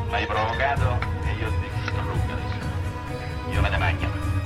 M'hai provocato e io ti distruggo adesso. Io me ne mangio.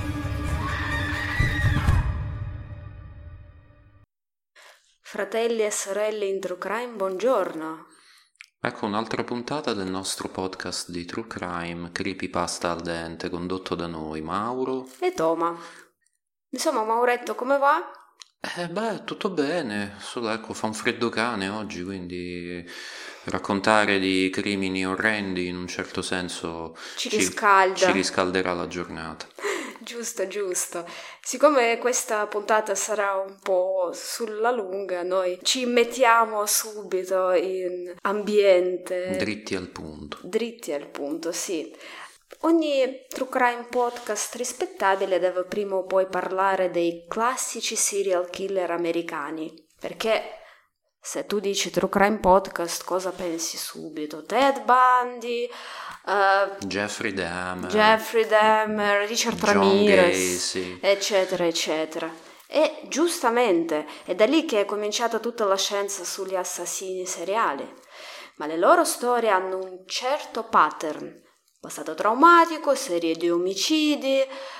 Fratelli e sorelle in True Crime, buongiorno. Ecco un'altra puntata del nostro podcast di True Crime, Creepypasta al dente, condotto da noi, Mauro e Toma. Insomma, Mauretto, come va? Tutto bene, solo ecco, fa un freddo cane oggi, quindi raccontare di crimini orrendi in un certo senso ci riscalderà la giornata. Giusto. Siccome questa puntata sarà un po' sulla lunga, noi ci mettiamo subito in ambiente. Dritti al punto, sì. Ogni True Crime podcast rispettabile deve prima o poi parlare dei classici serial killer americani, perché se tu dici True Crime podcast cosa pensi subito? Ted Bundy, Jeffrey Dahmer, Richard John Ramirez, Gacy, eccetera. E giustamente è da lì che è cominciata tutta la scienza sugli assassini seriali, ma le loro storie hanno un certo pattern: passato traumatico, serie di omicidi,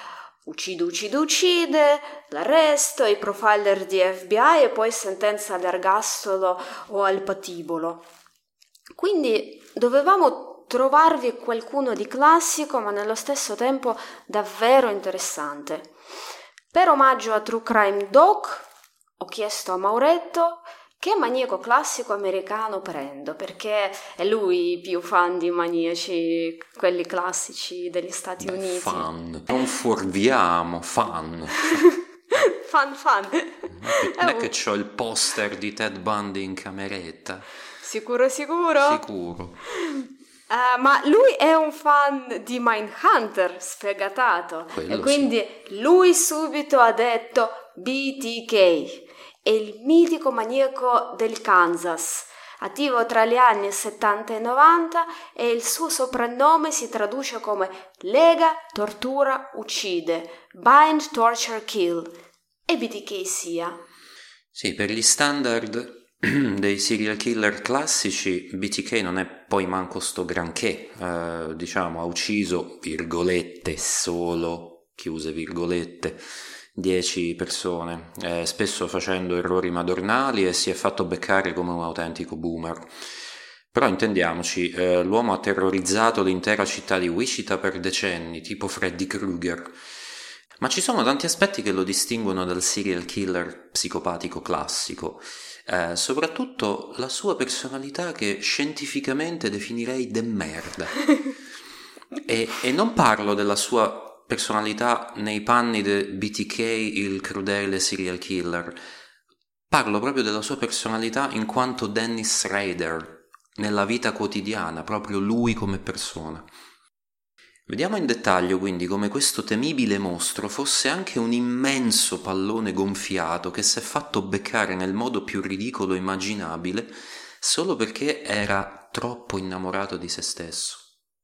uccide, l'arresto, i profiler di FBI e poi sentenza all'ergastolo o al patibolo. Quindi dovevamo trovarvi qualcuno di classico ma nello stesso tempo davvero interessante. Per omaggio a True Crime Doc ho chiesto a Mauretto che maniaco classico americano prendo, perché è lui più fan di maniaci, quelli classici degli Stati Uniti. Fan, non fuorviamo, fan. fan. Non è che c'ho il poster di Ted Bundy in cameretta? Sicuro? Sicuro. Ma lui è un fan di Mindhunter sfegatato. Quello e quindi sì. Lui subito ha detto BTK. È il mitico maniaco del Kansas, attivo tra gli anni 70 e 90, e il suo soprannome si traduce come Lega, Tortura, Uccide, Bind, Torture, Kill. E BTK sia? Sì, per gli standard dei serial killer classici, BTK non è poi manco sto granché, ha ucciso, virgolette, solo, chiuse virgolette, 10 persone, spesso facendo errori madornali, e si è fatto beccare come un autentico boomer. Però intendiamoci, l'uomo ha terrorizzato l'intera città di Wichita per decenni, tipo Freddy Krueger. Ma ci sono tanti aspetti che lo distinguono dal serial killer psicopatico classico, soprattutto la sua personalità, che scientificamente definirei de merda. E non parlo della sua personalità nei panni di BTK, il crudele serial killer. Parlo proprio della sua personalità in quanto Dennis Rader, nella vita quotidiana, proprio lui come persona. Vediamo in dettaglio quindi come questo temibile mostro fosse anche un immenso pallone gonfiato che si è fatto beccare nel modo più ridicolo immaginabile solo perché era troppo innamorato di se stesso.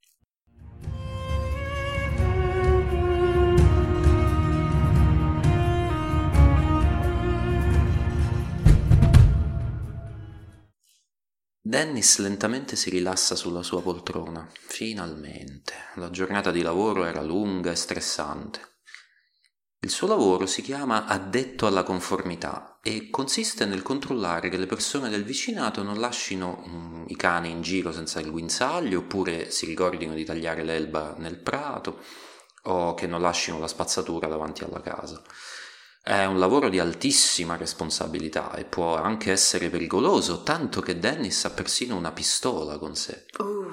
Dennis lentamente si rilassa sulla sua poltrona. Finalmente. La giornata di lavoro era lunga e stressante. Il suo lavoro si chiama addetto alla conformità e consiste nel controllare che le persone del vicinato non lascino i cani in giro senza il guinzaglio, oppure si ricordino di tagliare l'erba nel prato, o che non lasciano la spazzatura davanti alla casa. È un lavoro di altissima responsabilità e può anche essere pericoloso, tanto che Dennis ha persino una pistola con sé.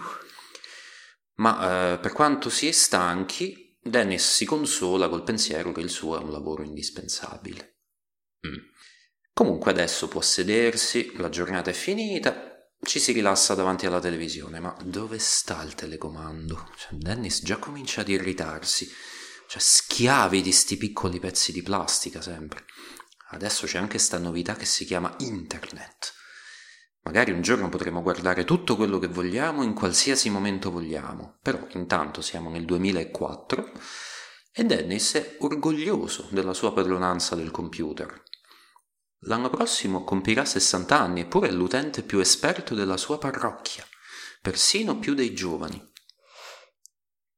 Ma per quanto si è stanchi, Dennis si consola col pensiero che il suo è un lavoro indispensabile. Comunque adesso può sedersi, la giornata è finita, ci si rilassa davanti alla televisione. Ma dove sta il telecomando? Dennis già comincia ad irritarsi. Schiavi di sti piccoli pezzi di plastica sempre. Adesso c'è anche sta novità che si chiama internet. Magari un giorno potremo guardare tutto quello che vogliamo in qualsiasi momento vogliamo. Però intanto siamo nel 2004 e Dennis è orgoglioso della sua padronanza del computer. L'anno prossimo compirà 60 anni, eppure è l'utente più esperto della sua parrocchia, persino più dei giovani.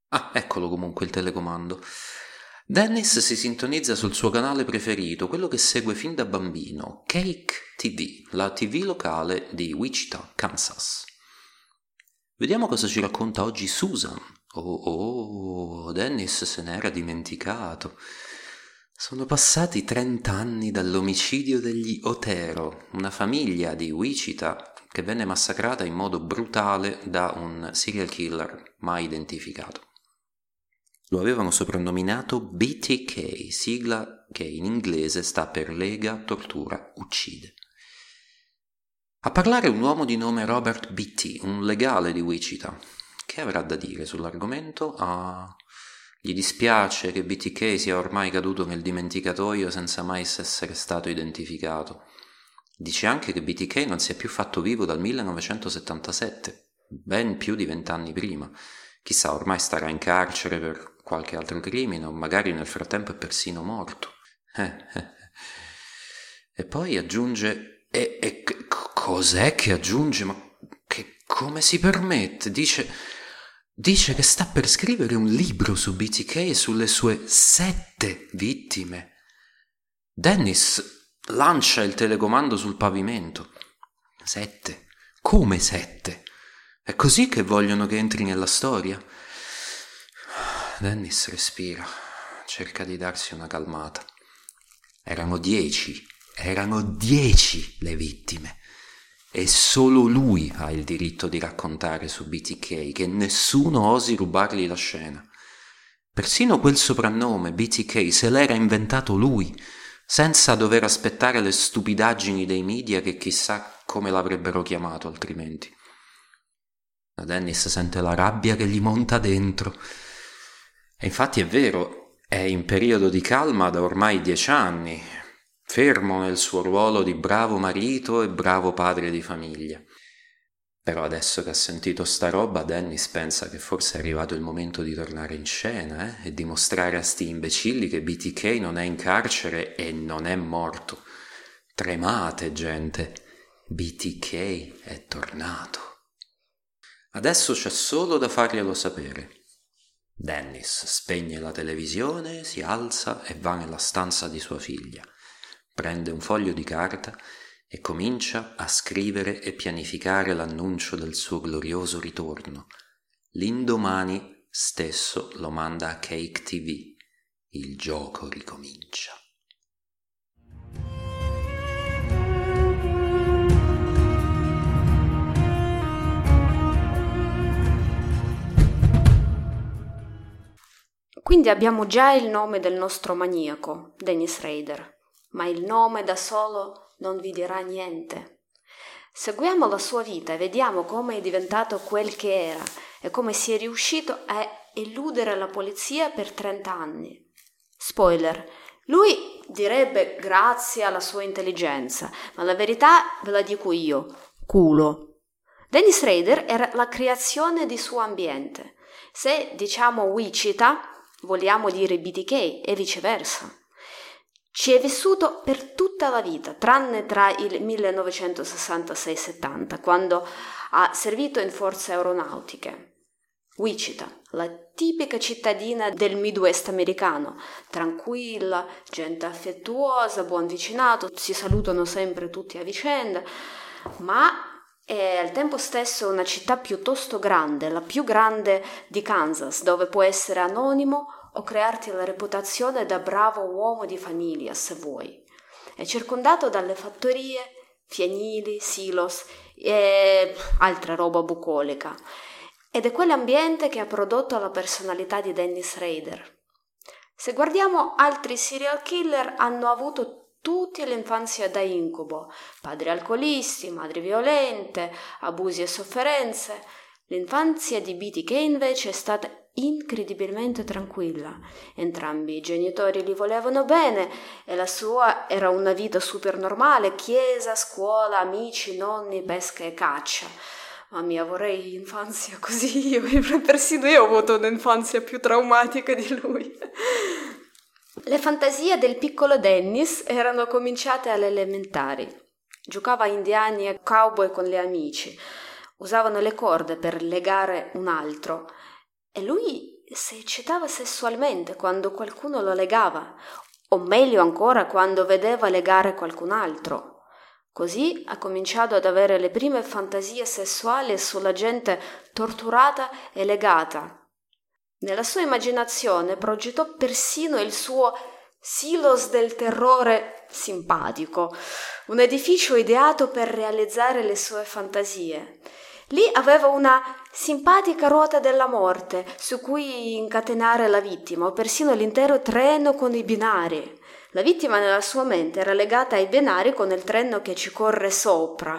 Ah, eccolo comunque il telecomando. Dennis si sintonizza sul suo canale preferito, quello che segue fin da bambino, Cake TV, la TV locale di Wichita, Kansas. Vediamo cosa ci racconta oggi Susan. Oh, Dennis se n'era dimenticato. Sono passati 30 anni dall'omicidio degli Otero, una famiglia di Wichita che venne massacrata in modo brutale da un serial killer mai identificato. Lo avevano soprannominato BTK, sigla che in inglese sta per Lega Tortura Uccide. A parlare un uomo di nome Robert Beatty, un legale di Wichita. Che avrà da dire sull'argomento? Gli dispiace che BTK sia ormai caduto nel dimenticatoio senza mai essere stato identificato. Dice anche che BTK non si è più fatto vivo dal 1977, ben più di 20 anni prima. Chissà, ormai starà in carcere per qualche altro crimine o magari nel frattempo è persino morto. E poi aggiunge... cos'è che aggiunge? Ma come si permette? Dice che sta per scrivere un libro su BTK e sulle sue 7 vittime. Dennis lancia il telecomando sul pavimento. 7? Come 7? È così che vogliono che entri nella storia? Dennis respira, cerca di darsi una calmata. Erano 10 le vittime. E solo lui ha il diritto di raccontare su BTK, che nessuno osi rubargli la scena. Persino quel soprannome, BTK, se l'era inventato lui, senza dover aspettare le stupidaggini dei media che chissà come l'avrebbero chiamato altrimenti. Ma Dennis sente la rabbia che gli monta dentro. E infatti è vero, è in periodo di calma da ormai 10 anni, fermo nel suo ruolo di bravo marito e bravo padre di famiglia. Però adesso che ha sentito sta roba, Dennis pensa che forse è arrivato il momento di tornare in scena e dimostrare a sti imbecilli che BTK non è in carcere e non è morto. Tremate, gente, BTK è tornato. Adesso c'è solo da farglielo sapere. Dennis spegne la televisione, si alza e va nella stanza di sua figlia. Prende un foglio di carta e comincia a scrivere e pianificare l'annuncio del suo glorioso ritorno. L'indomani stesso lo manda a Cake TV. Il gioco ricomincia. Quindi abbiamo già il nome del nostro maniaco, Dennis Rader, ma il nome da solo non vi dirà niente. Seguiamo la sua vita e vediamo come è diventato quel che era e come si è riuscito a eludere la polizia per 30 anni. Spoiler, lui direbbe grazie alla sua intelligenza, ma la verità ve la dico io, culo. Dennis Rader era la creazione di suo ambiente. Se diciamo Wichita, vogliamo dire BTK e viceversa. Ci è vissuto per tutta la vita, tranne tra il 1966 e 70, quando ha servito in forze aeronautiche. Wichita, la tipica cittadina del Midwest americano, tranquilla, gente affettuosa, buon vicinato, si salutano sempre tutti a vicenda, ma è al tempo stesso una città piuttosto grande, la più grande di Kansas, dove puoi essere anonimo o crearti la reputazione da bravo uomo di famiglia, se vuoi. È circondato dalle fattorie, fienili, silos e altra roba bucolica. Ed è quell'ambiente che ha prodotto la personalità di Dennis Rader. Se guardiamo altri serial killer, hanno avuto tutti l'infanzia da incubo, padri alcolisti, madri violente, abusi e sofferenze. L'infanzia di BTK invece è stata incredibilmente tranquilla. Entrambi i genitori gli volevano bene e la sua era una vita super normale, chiesa, scuola, amici, nonni, pesca e caccia. Mamma mia, vorrei infanzia così io, persino io ho avuto un'infanzia più traumatica di lui. Le fantasie del piccolo Dennis erano cominciate alle elementari. Giocava a indiani e cowboy con gli amici. Usavano le corde per legare un altro. E lui si eccitava sessualmente quando qualcuno lo legava, o meglio ancora quando vedeva legare qualcun altro. Così ha cominciato ad avere le prime fantasie sessuali sulla gente torturata e legata. Nella sua immaginazione progettò persino il suo Silos del terrore simpatico, un edificio ideato per realizzare le sue fantasie. Lì aveva una simpatica ruota della morte su cui incatenare la vittima, o persino l'intero treno con i binari. La vittima nella sua mente era legata ai binari con il treno che ci corre sopra.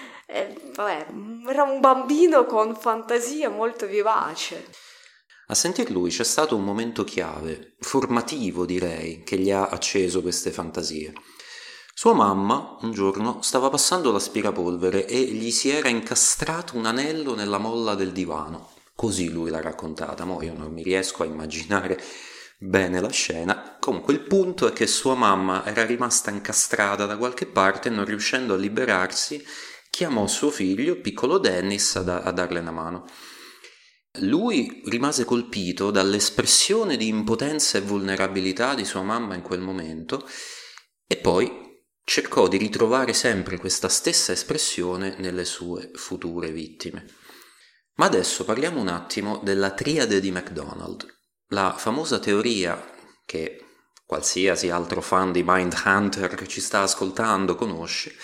Era un bambino con fantasia molto vivace. A sentir lui c'è stato un momento chiave, formativo direi, che gli ha acceso queste fantasie. Sua mamma un giorno stava passando l'aspirapolvere e gli si era incastrato un anello nella molla del divano. Così lui l'ha raccontata, mo io non mi riesco a immaginare bene la scena. Comunque il punto è che sua mamma era rimasta incastrata da qualche parte e non riuscendo a liberarsi chiamò suo figlio, piccolo Dennis, a darle una mano. Lui rimase colpito dall'espressione di impotenza e vulnerabilità di sua mamma in quel momento e poi cercò di ritrovare sempre questa stessa espressione nelle sue future vittime. Ma adesso parliamo un attimo della triade di MacDonald, la famosa teoria che qualsiasi altro fan di Mindhunter che ci sta ascoltando conosce,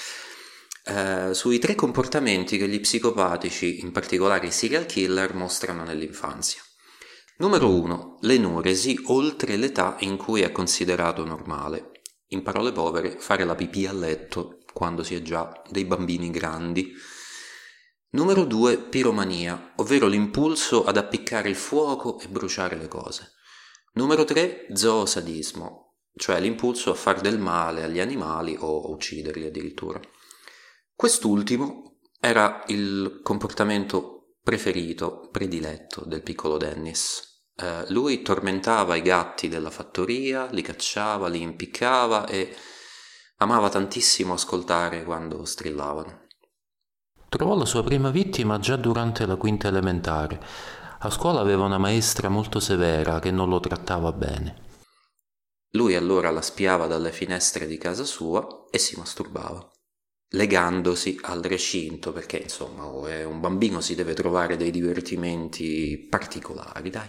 sui 3 comportamenti che gli psicopatici, in particolare i serial killer, mostrano nell'infanzia. Numero 1. L'enoresi oltre l'età in cui è considerato normale. In parole povere, fare la pipì a letto quando si è già dei bambini grandi. Numero 2. Piromania, ovvero l'impulso ad appiccare il fuoco e bruciare le cose. Numero 3. Zoosadismo, cioè l'impulso a far del male agli animali o ucciderli addirittura. Quest'ultimo era il comportamento prediletto del piccolo Dennis. Lui tormentava i gatti della fattoria, li cacciava, li impiccava e amava tantissimo ascoltare quando strillavano. Trovò la sua prima vittima già durante la quinta elementare. A scuola aveva una maestra molto severa che non lo trattava bene. Lui allora la spiava dalle finestre di casa sua e si masturbava, legandosi al recinto, perché insomma è un bambino, si deve trovare dei divertimenti particolari, dai.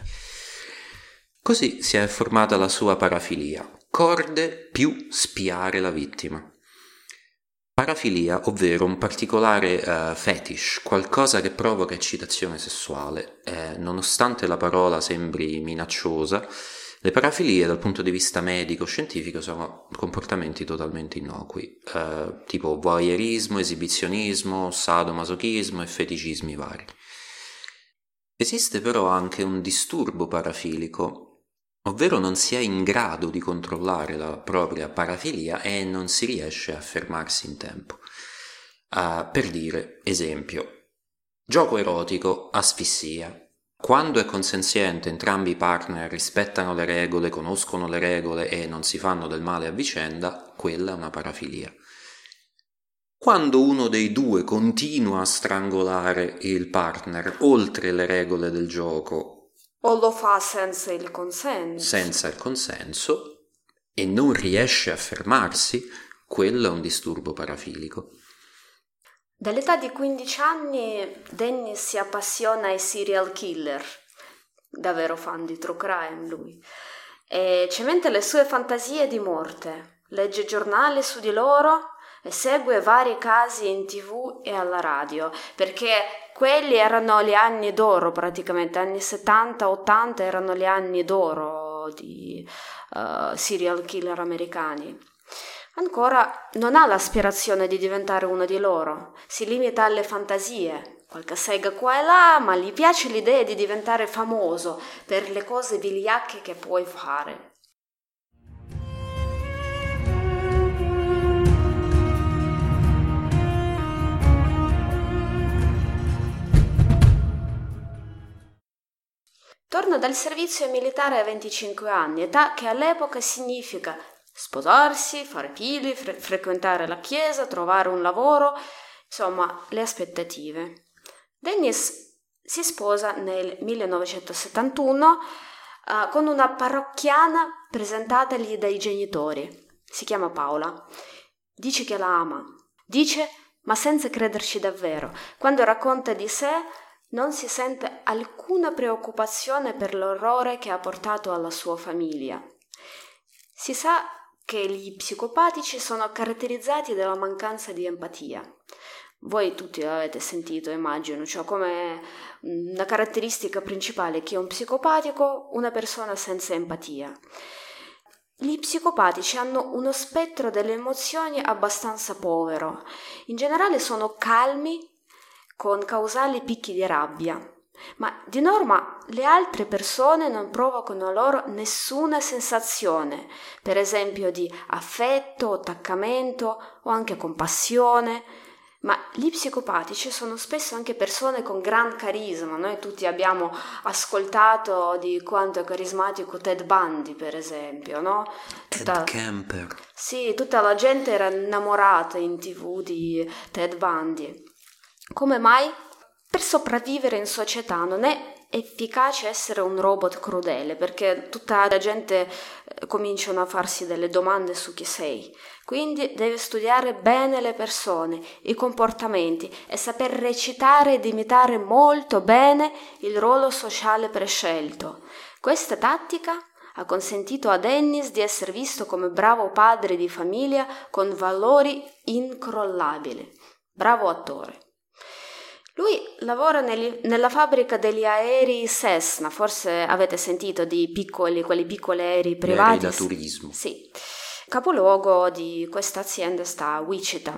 Così si è formata la sua parafilia, corde più spiare la vittima. Parafilia, ovvero un particolare fetish, qualcosa che provoca eccitazione sessuale. Nonostante la parola sembri minacciosa, le parafilie dal punto di vista medico-scientifico sono comportamenti totalmente innocui, tipo voyeurismo, esibizionismo, sadomasochismo e feticismi vari. Esiste però anche un disturbo parafilico, ovvero non si è in grado di controllare la propria parafilia e non si riesce a fermarsi in tempo. Per dire, esempio, gioco erotico, asfissia. Quando è consenziente, entrambi i partner rispettano le regole, conoscono le regole e non si fanno del male a vicenda, quella è una parafilia. Quando uno dei due continua a strangolare il partner oltre le regole del gioco o lo fa senza il consenso e non riesce a fermarsi, quello è un disturbo parafilico. Dall'età di 15 anni Dennis si appassiona ai serial killer, davvero fan di true crime lui, e cementa le sue fantasie di morte, legge giornali su di loro e segue vari casi in TV e alla radio, perché quelli erano gli anni d'oro praticamente, anni 70-80 erano gli anni d'oro di serial killer americani. Ancora non ha l'aspirazione di diventare uno di loro, si limita alle fantasie, qualche sega qua e là, ma gli piace l'idea di diventare famoso per le cose vigliacche che puoi fare. Torna dal servizio militare a 25 anni, età che all'epoca significa sposarsi, fare figli, frequentare la chiesa, trovare un lavoro, insomma, le aspettative. Dennis si sposa nel 1971 con una parrocchiana presentatagli dai genitori. Si chiama Paola. Dice che la ama. Dice, ma senza crederci davvero. Quando racconta di sé non si sente alcuna preoccupazione per l'orrore che ha portato alla sua famiglia. Si sa che gli psicopatici sono caratterizzati dalla mancanza di empatia. Voi tutti l'avete sentito, immagino, cioè come una caratteristica principale che è un psicopatico, una persona senza empatia. Gli psicopatici hanno uno spettro delle emozioni abbastanza povero. In generale sono calmi, con causali picchi di rabbia, ma di norma le altre persone non provocano loro nessuna sensazione, per esempio di affetto, attaccamento o anche compassione. Ma gli psicopatici sono spesso anche persone con gran carisma. Noi tutti abbiamo ascoltato di quanto è carismatico Ted Bundy, per esempio, no? Ted Kemper. Sì, tutta la gente era innamorata in TV di Ted Bundy. Come mai? Per sopravvivere in società non è efficace essere un robot crudele, perché tutta la gente cominciano a farsi delle domande su chi sei. Quindi deve studiare bene le persone, i comportamenti e saper recitare ed imitare molto bene il ruolo sociale prescelto. Questa tattica ha consentito a Dennis di essere visto come bravo padre di famiglia con valori incrollabili. Bravo attore. Lui lavora nella fabbrica degli aerei Cessna, forse avete sentito di quei piccoli aerei privati. Aerei da turismo. Sì. Capoluogo di questa azienda sta a Wichita.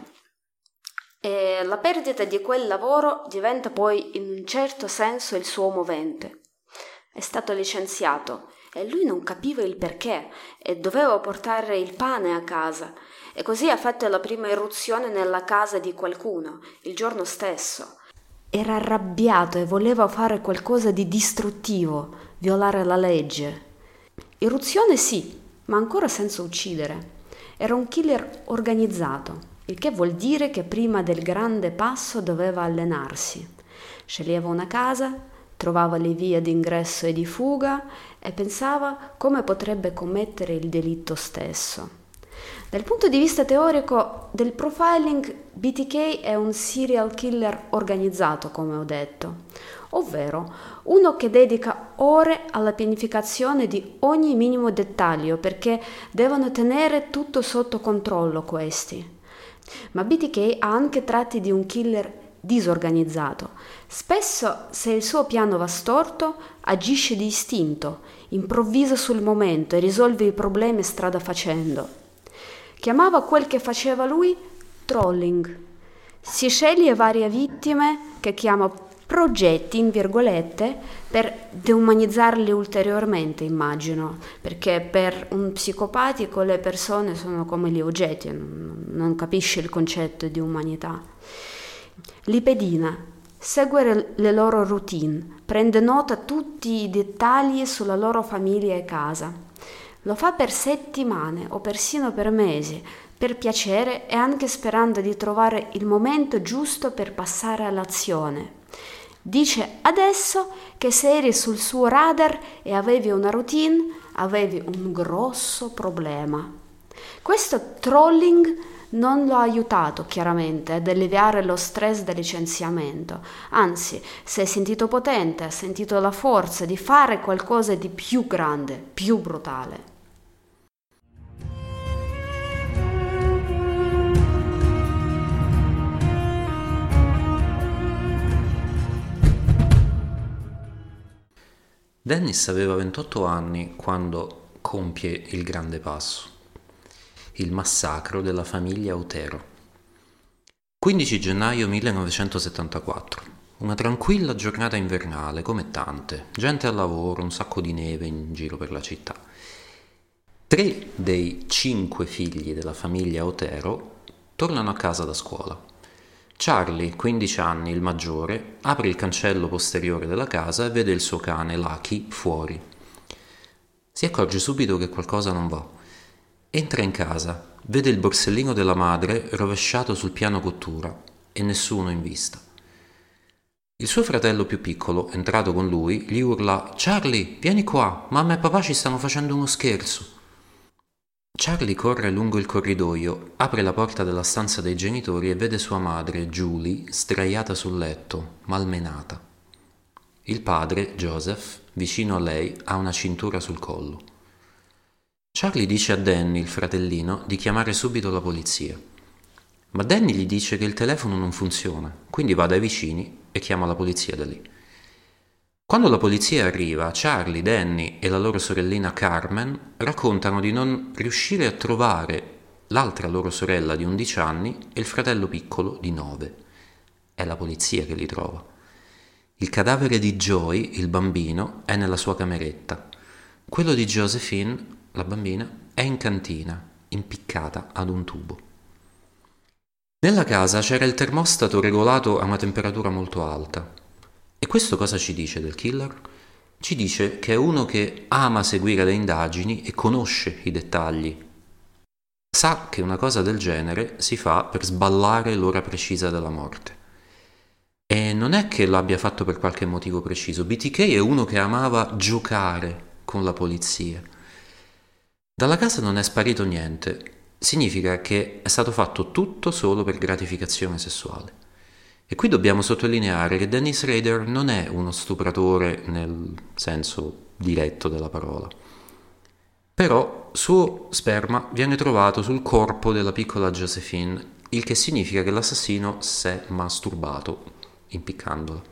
E la perdita di quel lavoro diventa poi in un certo senso il suo movente. È stato licenziato e lui non capiva il perché e doveva portare il pane a casa. E così ha fatto la prima irruzione nella casa di qualcuno, il giorno stesso. Era arrabbiato e voleva fare qualcosa di distruttivo, violare la legge. Irruzione sì, ma ancora senza uccidere. Era un killer organizzato, il che vuol dire che prima del grande passo doveva allenarsi. Sceglieva una casa, trovava le vie d'ingresso e di fuga e pensava come potrebbe commettere il delitto stesso. Dal punto di vista teorico del profiling, BTK è un serial killer organizzato, come ho detto, ovvero uno che dedica ore alla pianificazione di ogni minimo dettaglio perché devono tenere tutto sotto controllo questi. Ma BTK ha anche tratti di un killer disorganizzato. Spesso, se il suo piano va storto, agisce di istinto, improvvisa sul momento e risolve i problemi strada facendo. Chiamava quel che faceva lui trolling. Si sceglie varie vittime che chiama progetti, in virgolette, per deumanizzarli ulteriormente, immagino, perché per un psicopatico le persone sono come gli oggetti, non capisce il concetto di umanità. Li pedina, segue le loro routine, prende nota tutti i dettagli sulla loro famiglia e casa. Lo fa per settimane o persino per mesi, per piacere e anche sperando di trovare il momento giusto per passare all'azione. Dice adesso che se eri sul suo radar e avevi una routine, avevi un grosso problema. Questo trolling non lo ha aiutato chiaramente ad alleviare lo stress del licenziamento, anzi, si è sentito potente, ha sentito la forza di fare qualcosa di più grande, più brutale. Dennis aveva 28 anni quando compie il grande passo, il massacro della famiglia Otero. 15 gennaio 1974, una tranquilla giornata invernale come tante, gente al lavoro, un sacco di neve in giro per la città. 3 dei 5 figli della famiglia Otero tornano a casa da scuola. Charlie, 15 anni, il maggiore, apre il cancello posteriore della casa e vede il suo cane, Lucky, fuori. Si accorge subito che qualcosa non va. Entra in casa, vede il borsellino della madre rovesciato sul piano cottura e nessuno in vista. Il suo fratello più piccolo, entrato con lui, gli urla: «Charlie, vieni qua, mamma e papà ci stanno facendo uno scherzo». Charlie corre lungo il corridoio, apre la porta della stanza dei genitori e vede sua madre, Julie, sdraiata sul letto, malmenata. Il padre, Joseph, vicino a lei, ha una cintura sul collo. Charlie dice a Danny, il fratellino, di chiamare subito la polizia. Ma Danny gli dice che il telefono non funziona, quindi va dai vicini e chiama la polizia da lì. Quando la polizia arriva, Charlie, Danny e la loro sorellina Carmen raccontano di non riuscire a trovare l'altra loro sorella di 11 anni e il fratello piccolo di 9. È la polizia che li trova. Il cadavere di Joy, il bambino, è nella sua cameretta. Quello di Josephine, la bambina, è in cantina, impiccata ad un tubo. Nella casa c'era il termostato regolato a una temperatura molto alta. E questo cosa ci dice del killer? Ci dice che è uno che ama seguire le indagini e conosce i dettagli. Sa che una cosa del genere si fa per sballare l'ora precisa della morte. E non è che l'abbia fatto per qualche motivo preciso. BTK è uno che amava giocare con la polizia. Dalla casa non è sparito niente. Significa che è stato fatto tutto solo per gratificazione sessuale. E qui dobbiamo sottolineare che Dennis Rader non è uno stupratore nel senso diretto della parola. Però suo sperma viene trovato sul corpo della piccola Josephine, il che significa che l'assassino si è masturbato, impiccandola.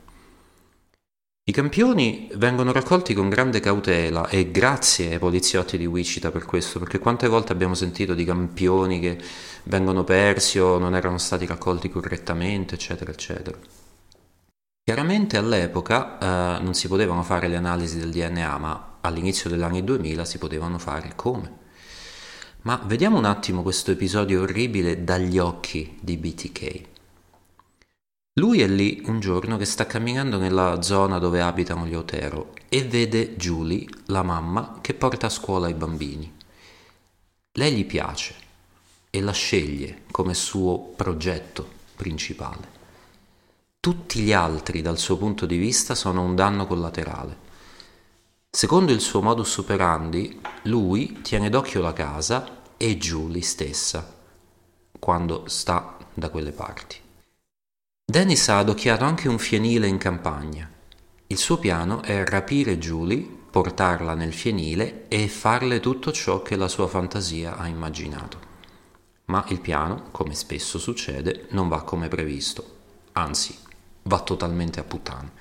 I campioni vengono raccolti con grande cautela e grazie ai poliziotti di Wichita per questo, perché quante volte abbiamo sentito di campioni che vengono persi o non erano stati raccolti correttamente, eccetera, eccetera. Chiaramente all'epoca non si potevano fare le analisi del DNA, ma all'inizio degli anni 2000 si potevano fare come. Ma vediamo un attimo questo episodio orribile dagli occhi di BTK. Lui è lì un giorno che sta camminando nella zona dove abitano gli Otero e vede Julie, la mamma, che porta a scuola i bambini. Lei gli piace e la sceglie come suo progetto principale. Tutti gli altri, dal suo punto di vista, sono un danno collaterale. Secondo il suo modus operandi, lui tiene d'occhio la casa e Julie stessa, quando sta da quelle parti. Dennis ha adocchiato anche un fienile in campagna. Il suo piano è rapire Julie, portarla nel fienile e farle tutto ciò che la sua fantasia ha immaginato. Ma il piano, come spesso succede, non va come previsto. Anzi, va totalmente a puttane.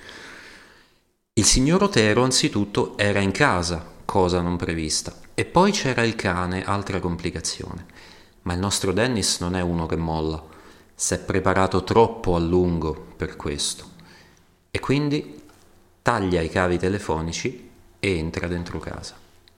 Il signor Otero, anzitutto, era in casa, cosa non prevista. E poi c'era il cane, altra complicazione. Ma il nostro Dennis non è uno che molla. Si è preparato troppo a lungo per questo e quindi taglia i cavi telefonici e entra dentro casa.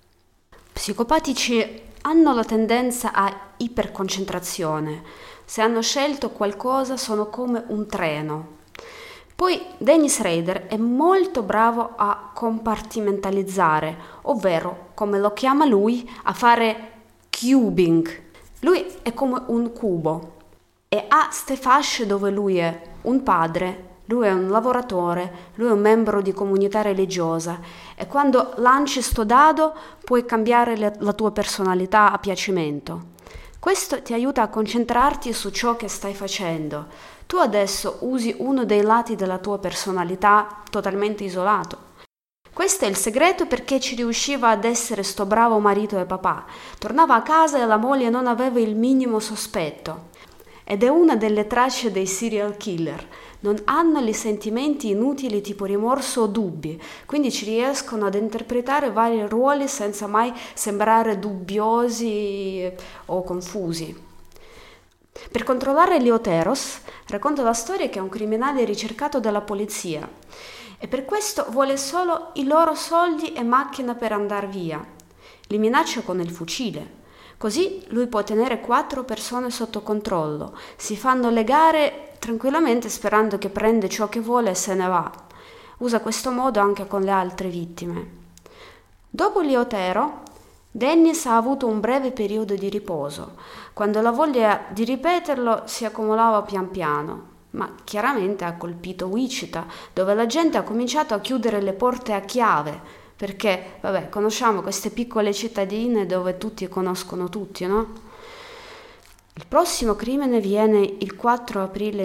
Psicopatici hanno la tendenza a iperconcentrazione. Se hanno scelto qualcosa sono come un treno. Poi Dennis Rader è molto bravo a compartimentalizzare, ovvero, come lo chiama lui, a fare cubing. Lui è come un cubo. E ha ste fasce dove lui è un padre, lui è un lavoratore, lui è un membro di comunità religiosa e quando lanci sto dado puoi cambiare la tua personalità a piacimento. Questo ti aiuta a concentrarti su ciò che stai facendo. Tu adesso usi uno dei lati della tua personalità totalmente isolato. Questo è il segreto perché ci riusciva ad essere sto bravo marito e papà. Tornava a casa e la moglie non aveva il minimo sospetto. Ed è una delle tracce dei serial killer. Non hanno gli sentimenti inutili tipo rimorso o dubbi, quindi ci riescono ad interpretare vari ruoli senza mai sembrare dubbiosi o confusi. Per controllare gli Oteros, racconta la storia che è un criminale ricercato dalla polizia e per questo vuole solo i loro soldi e macchina per andar via. Li minaccia con il fucile. Così lui può tenere 4 persone sotto controllo, si fanno legare tranquillamente sperando che prende ciò che vuole e se ne va. Usa questo modo anche con le altre vittime. Dopo gli Otero, Dennis ha avuto un breve periodo di riposo, quando la voglia di ripeterlo si accumulava pian piano. ma chiaramente ha colpito Wichita, dove la gente ha cominciato a chiudere le porte a chiave, perché, vabbè, conosciamo queste piccole cittadine dove tutti conoscono tutti, no? Il prossimo crimine viene il 4 aprile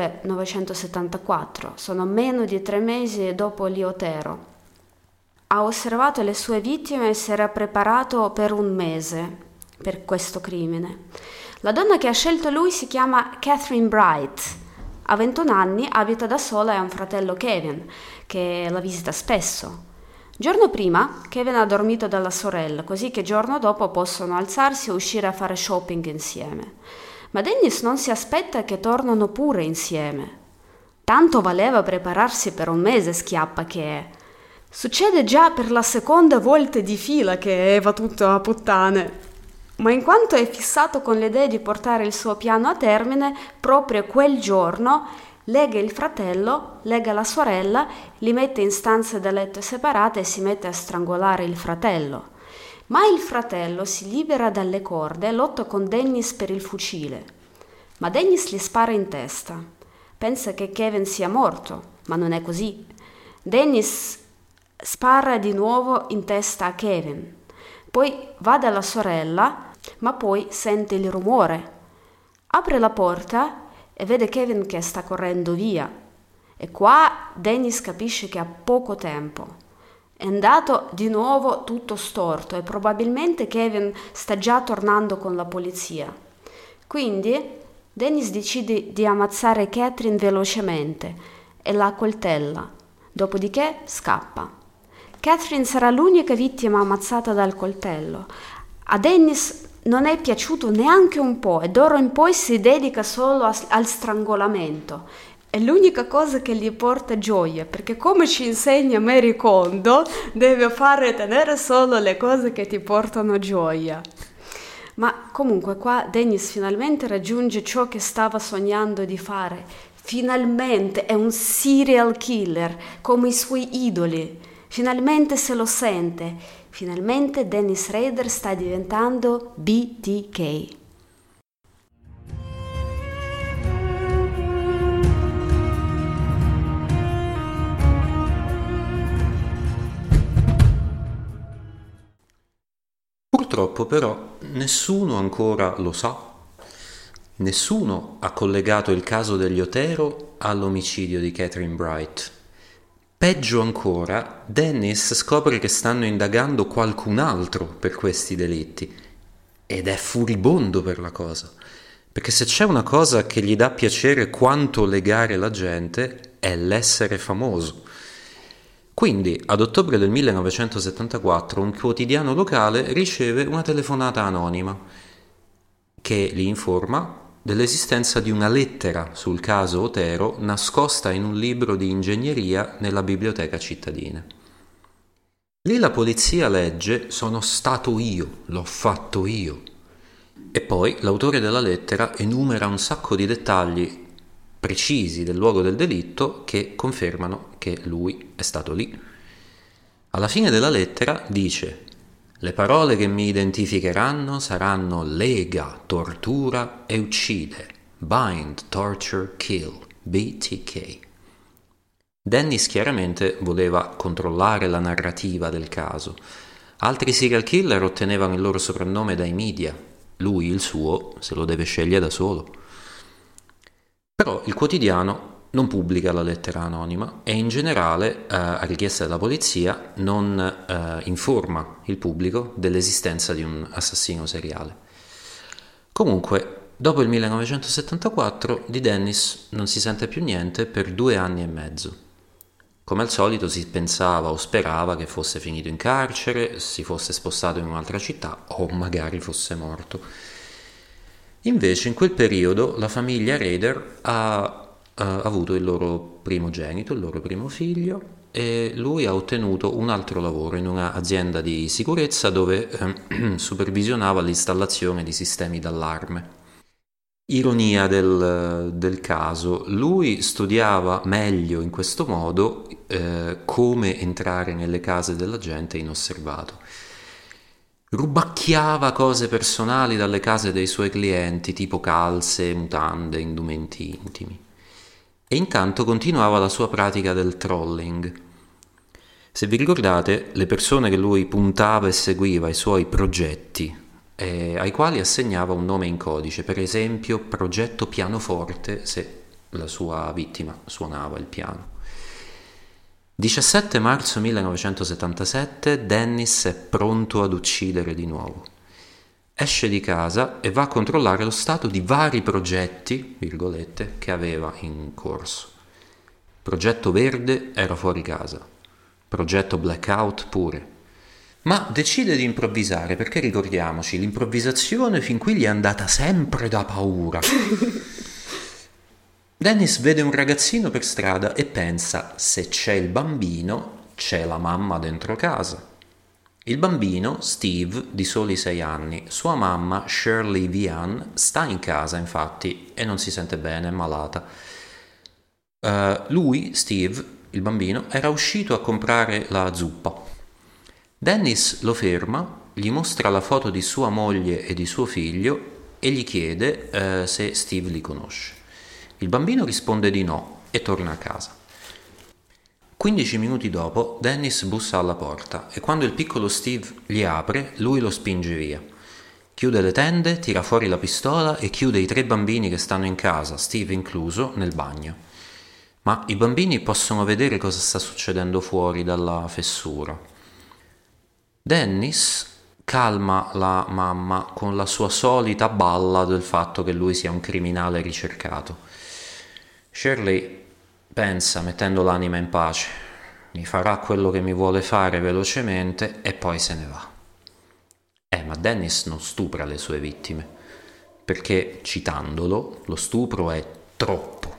1974, sono meno di 3 mesi dopo Liotero. Ha osservato le sue vittime e si era preparato per un mese per questo crimine. La donna che ha scelto lui si chiama Catherine Bright. Ha 21 anni, abita da sola e ha un fratello Kevin, che la visita spesso. Giorno prima Kevin ha dormito dalla sorella, così che giorno dopo possono alzarsi e uscire a fare shopping insieme. Ma Dennis non si aspetta che tornano pure insieme. Tanto valeva prepararsi per un mese, schiappa che è. Succede già per la seconda volta di fila che va tutto a puttane. Ma in quanto è fissato con l'idea di portare il suo piano a termine, proprio quel giorno lega il fratello, lega la sorella, li mette in stanze da letto separate e si mette a strangolare il fratello. Ma il fratello si libera dalle corde e lotta con Dennis per il fucile. Ma Dennis gli spara in testa. Pensa che Kevin sia morto, ma non è così. Dennis spara di nuovo in testa a Kevin. Poi va dalla sorella, ma poi sente il rumore. Apre la porta e vede Kevin che sta correndo via. E qua Dennis capisce che ha poco tempo. È andato di nuovo tutto storto e probabilmente Kevin sta già tornando con la polizia. Quindi Dennis decide di ammazzare Catherine velocemente e la accoltella. Dopodiché scappa. Catherine sarà l'unica vittima ammazzata dal coltello. A Dennis non è piaciuto neanche un po' e d'ora in poi si dedica solo al strangolamento. È l'unica cosa che gli porta gioia, perché come ci insegna Mary Kondo, devi fare tenere solo le cose che ti portano gioia. Ma comunque qua Dennis finalmente raggiunge ciò che stava sognando di fare. Finalmente è un serial killer, come i suoi idoli. Finalmente se lo sente. Finalmente Dennis Rader sta diventando BTK. Purtroppo però nessuno ancora lo sa. Nessuno ha collegato il caso degli Otero all'omicidio di Catherine Bright. Peggio ancora, Dennis scopre che stanno indagando qualcun altro per questi delitti ed è furibondo per la cosa, perché se c'è una cosa che gli dà piacere quanto legare la gente è l'essere famoso. Quindi, ad ottobre del 1974, un quotidiano locale riceve una telefonata anonima che gli informa dell'esistenza di una lettera sul caso Otero nascosta in un libro di ingegneria nella biblioteca cittadina. Lì la polizia legge: sono stato io, l'ho fatto io. E poi l'autore della lettera enumera un sacco di dettagli precisi del luogo del delitto che confermano che lui è stato lì. Alla fine della lettera dice: le parole che mi identificheranno saranno lega, tortura e uccide. Bind, torture, kill. BTK. Dennis chiaramente voleva controllare la narrativa del caso. Altri serial killer ottenevano il loro soprannome dai media. Lui il suo se lo deve scegliere da solo. Però il quotidiano non pubblica la lettera anonima e in generale, a richiesta della polizia, non informa il pubblico dell'esistenza di un assassino seriale. Comunque, dopo il 1974, di Dennis non si sente più niente per 2 anni e mezzo. Come al solito si pensava o sperava che fosse finito in carcere, si fosse spostato in un'altra città o magari fosse morto. Invece in quel periodo la famiglia Rader ha avuto il loro primogenito, il loro primo figlio, e lui ha ottenuto un altro lavoro in un'azienda di sicurezza dove supervisionava l'installazione di sistemi d'allarme. Ironia del caso, lui studiava meglio in questo modo come entrare nelle case della gente inosservato. Rubacchiava cose personali dalle case dei suoi clienti, tipo calze, mutande, indumenti intimi. e intanto continuava la sua pratica del trolling. Se vi ricordate, le persone che lui puntava e seguiva, i suoi progetti, ai quali assegnava un nome in codice, per esempio progetto pianoforte, se la sua vittima suonava il piano. 17 marzo 1977, Dennis è pronto ad uccidere di nuovo. Esce di casa e va a controllare lo stato di vari progetti, virgolette, che aveva in corso. Progetto verde era fuori casa, progetto blackout pure. Ma decide di improvvisare, perché ricordiamoci, l'improvvisazione fin qui gli è andata sempre da paura. Dennis vede un ragazzino per strada e pensa: se c'è il bambino, c'è la mamma dentro casa. Il bambino, Steve, di soli 6 anni, sua mamma, Shirley Vian, sta in casa infatti e non si sente bene, è malata. Lui, Steve, il bambino, era uscito a comprare la zuppa. Dennis lo ferma, gli mostra la foto di sua moglie e di suo figlio e gli chiede se Steve li conosce. Il bambino risponde di no e torna a casa. 15 minuti dopo, Dennis bussa alla porta e quando il piccolo Steve gli apre, lui lo spinge via. Chiude le tende, tira fuori la pistola e chiude i 3 bambini che stanno in casa, Steve incluso, nel bagno. Ma i bambini possono vedere cosa sta succedendo fuori dalla fessura. Dennis calma la mamma con la sua solita balla del fatto che lui sia un criminale ricercato. Shirley pensa, mettendo l'anima in pace, mi farà quello che mi vuole fare velocemente e poi se ne va. Ma Dennis non stupra le sue vittime, perché, citandolo, lo stupro è troppo.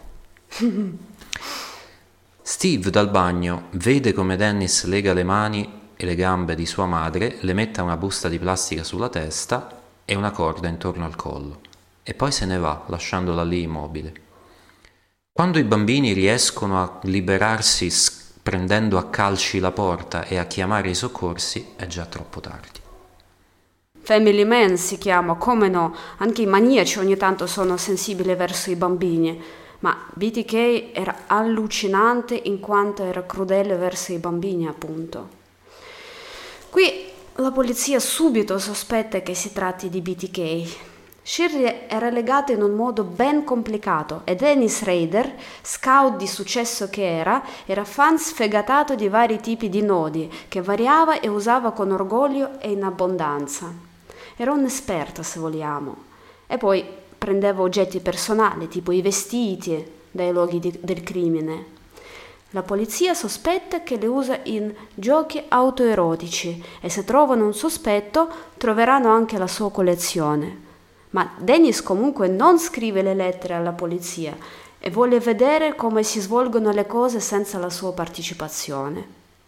Steve dal bagno vede come Dennis lega le mani e le gambe di sua madre, le mette una busta di plastica sulla testa e una corda intorno al collo, e poi se ne va, lasciandola lì immobile. Quando i bambini riescono a liberarsi prendendo a calci la porta e a chiamare i soccorsi, è già troppo tardi. Family Man si chiama, come no, anche i maniaci ogni tanto sono sensibili verso i bambini, ma BTK era allucinante in quanto era crudele verso i bambini, appunto. Qui la polizia subito sospetta che si tratti di BTK. Shirley era legata in un modo ben complicato e Dennis Rader, scout di successo che era fan sfegatato di vari tipi di nodi che variava e usava con orgoglio e in abbondanza. Era un esperto, se vogliamo, e poi prendeva oggetti personali, tipo i vestiti, dai luoghi del crimine. La polizia sospetta che le usa in giochi autoerotici e se trovano un sospetto troveranno anche la sua collezione. Ma Dennis comunque non scrive le lettere alla polizia e vuole vedere come si svolgono le cose senza la sua partecipazione.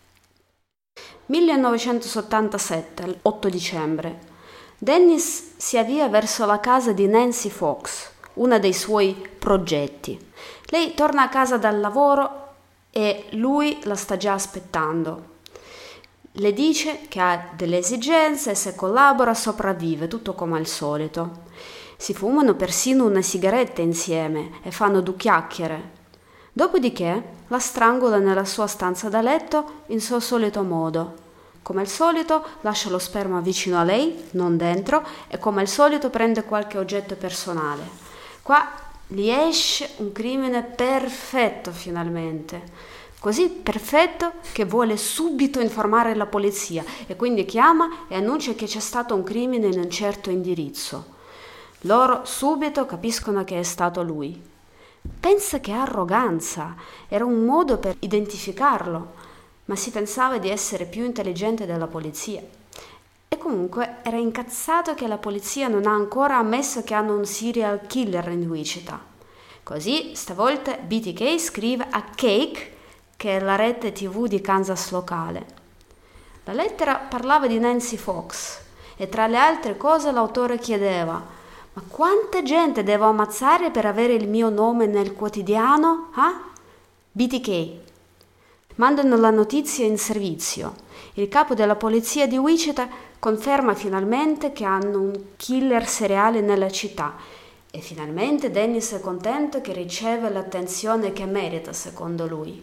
1977, 8 dicembre. Dennis si avvia verso la casa di Nancy Fox, una dei suoi progetti. Lei torna a casa dal lavoro e lui la sta già aspettando. Le dice che ha delle esigenze e se collabora sopravvive, tutto come al solito. Si fumano persino una sigaretta insieme e fanno 2 chiacchiere. Dopodiché la strangola nella sua stanza da letto in suo solito modo. Come al solito lascia lo sperma vicino a lei, non dentro, e come al solito prende qualche oggetto personale. Qua gli esce un crimine perfetto finalmente. Così perfetto che vuole subito informare la polizia e quindi chiama e annuncia che c'è stato un crimine in un certo indirizzo. Loro subito capiscono che è stato lui. Pensa che arroganza, era un modo per identificarlo, ma si pensava di essere più intelligente della polizia. E comunque era incazzato che la polizia non ha ancora ammesso che hanno un serial killer in Wichita. Così stavolta BTK scrive a Cake, che è la rete TV di Kansas locale. La lettera parlava di Nancy Fox e tra le altre cose l'autore chiedeva: ma quanta gente devo ammazzare per avere il mio nome nel quotidiano? BTK. Mandano la notizia in servizio. Il capo della polizia di Wichita conferma finalmente che hanno un killer seriale nella città E finalmente Dennis è contento che riceve l'attenzione che merita, secondo lui.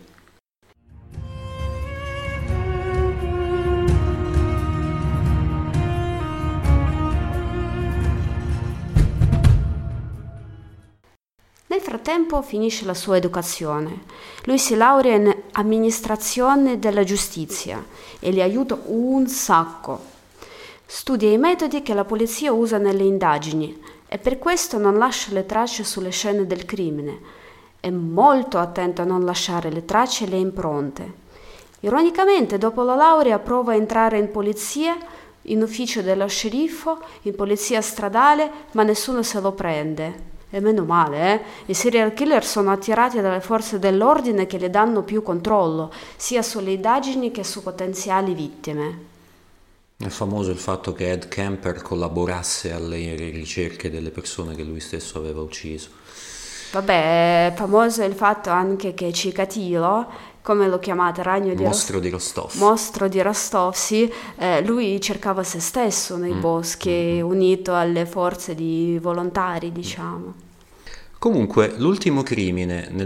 Nel frattempo finisce la sua educazione. Lui si laurea in amministrazione della giustizia e gli aiuta un sacco. Studia i metodi che la polizia usa nelle indagini e per questo non lascia le tracce sulle scene del crimine. È molto attento a non lasciare le tracce e le impronte. Ironicamente, dopo la laurea prova a entrare in polizia, in ufficio dello sceriffo, in polizia stradale, ma nessuno se lo prende. E meno male, I serial killer sono attirati dalle forze dell'ordine che le danno più controllo, sia sulle indagini che su potenziali vittime. È famoso il fatto che Ed Kemper collaborasse alle ricerche delle persone che lui stesso aveva ucciso. Vabbè, è famoso il fatto anche che Chikatilo, come lo chiamate, Mostro di Rostov. Mostro di Rostov, sì, lui cercava se stesso nei boschi, unito alle forze di volontari, diciamo. Comunque, l'ultimo crimine nel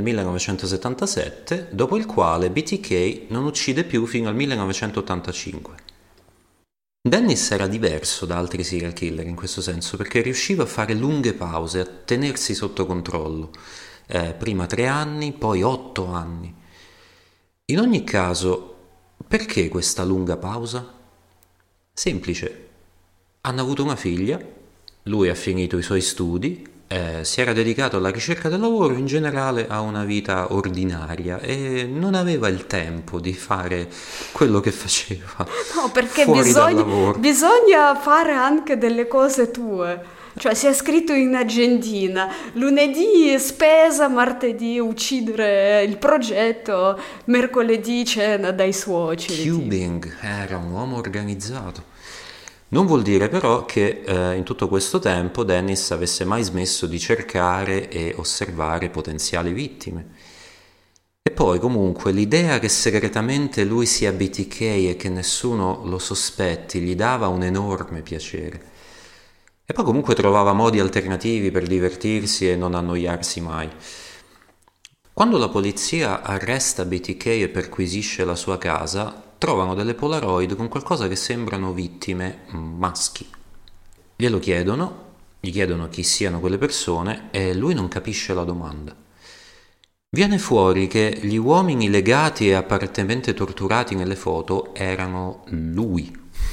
1977, dopo il quale BTK non uccide più fino al 1985. Dennis era diverso da altri serial killer in questo senso, perché riusciva a fare lunghe pause, a tenersi sotto controllo. Prima 3 anni, poi 8 anni. In ogni caso, perché questa lunga pausa? Semplice. Hanno avuto una figlia, lui ha finito i suoi studi, si era dedicato alla ricerca del lavoro, in generale a una vita ordinaria e non aveva il tempo di fare quello che faceva. No, perché fuori dal lavoro. bisogna fare anche delle cose tue. Cioè si è scritto in agendina, lunedì spesa, martedì uccidere il progetto, mercoledì cena dai suoceri. Cubing era un uomo organizzato. Non vuol dire però che in tutto questo tempo Dennis avesse mai smesso di cercare e osservare potenziali vittime. E poi comunque l'idea che segretamente lui sia BTK e che nessuno lo sospetti gli dava un enorme piacere. E poi comunque trovava modi alternativi per divertirsi e non annoiarsi mai. Quando la polizia arresta BTK e perquisisce la sua casa, trovano delle Polaroid con qualcosa che sembrano vittime maschi. Gli chiedono chi siano quelle persone e lui non capisce la domanda. Viene fuori che gli uomini legati e apparentemente torturati nelle foto erano lui.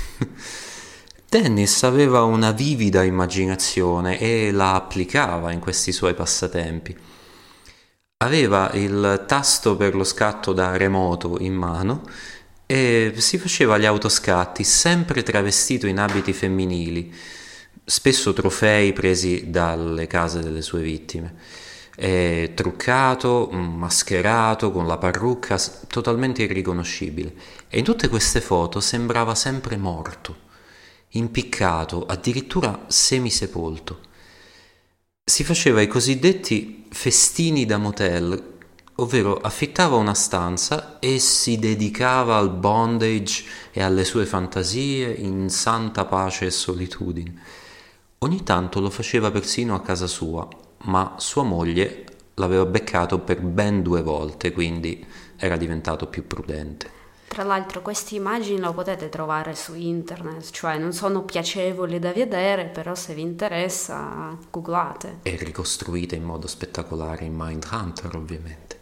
Dennis aveva una vivida immaginazione e la applicava in questi suoi passatempi. Aveva il tasto per lo scatto da remoto in mano e si faceva gli autoscatti sempre travestito in abiti femminili, spesso trofei presi dalle case delle sue vittime, e truccato, mascherato, con la parrucca, totalmente irriconoscibile. E in tutte queste foto sembrava sempre morto, impiccato, addirittura semisepolto. Si faceva i cosiddetti festini da motel, ovvero affittava una stanza e si dedicava al bondage e alle sue fantasie in santa pace e solitudine. Ogni tanto lo faceva persino a casa sua, ma sua moglie l'aveva beccato per ben 2 volte, quindi era diventato più prudente. Tra l'altro queste immagini le potete trovare su internet, cioè non sono piacevoli da vedere, però se vi interessa googlate. E ricostruite in modo spettacolare in Mindhunter, ovviamente.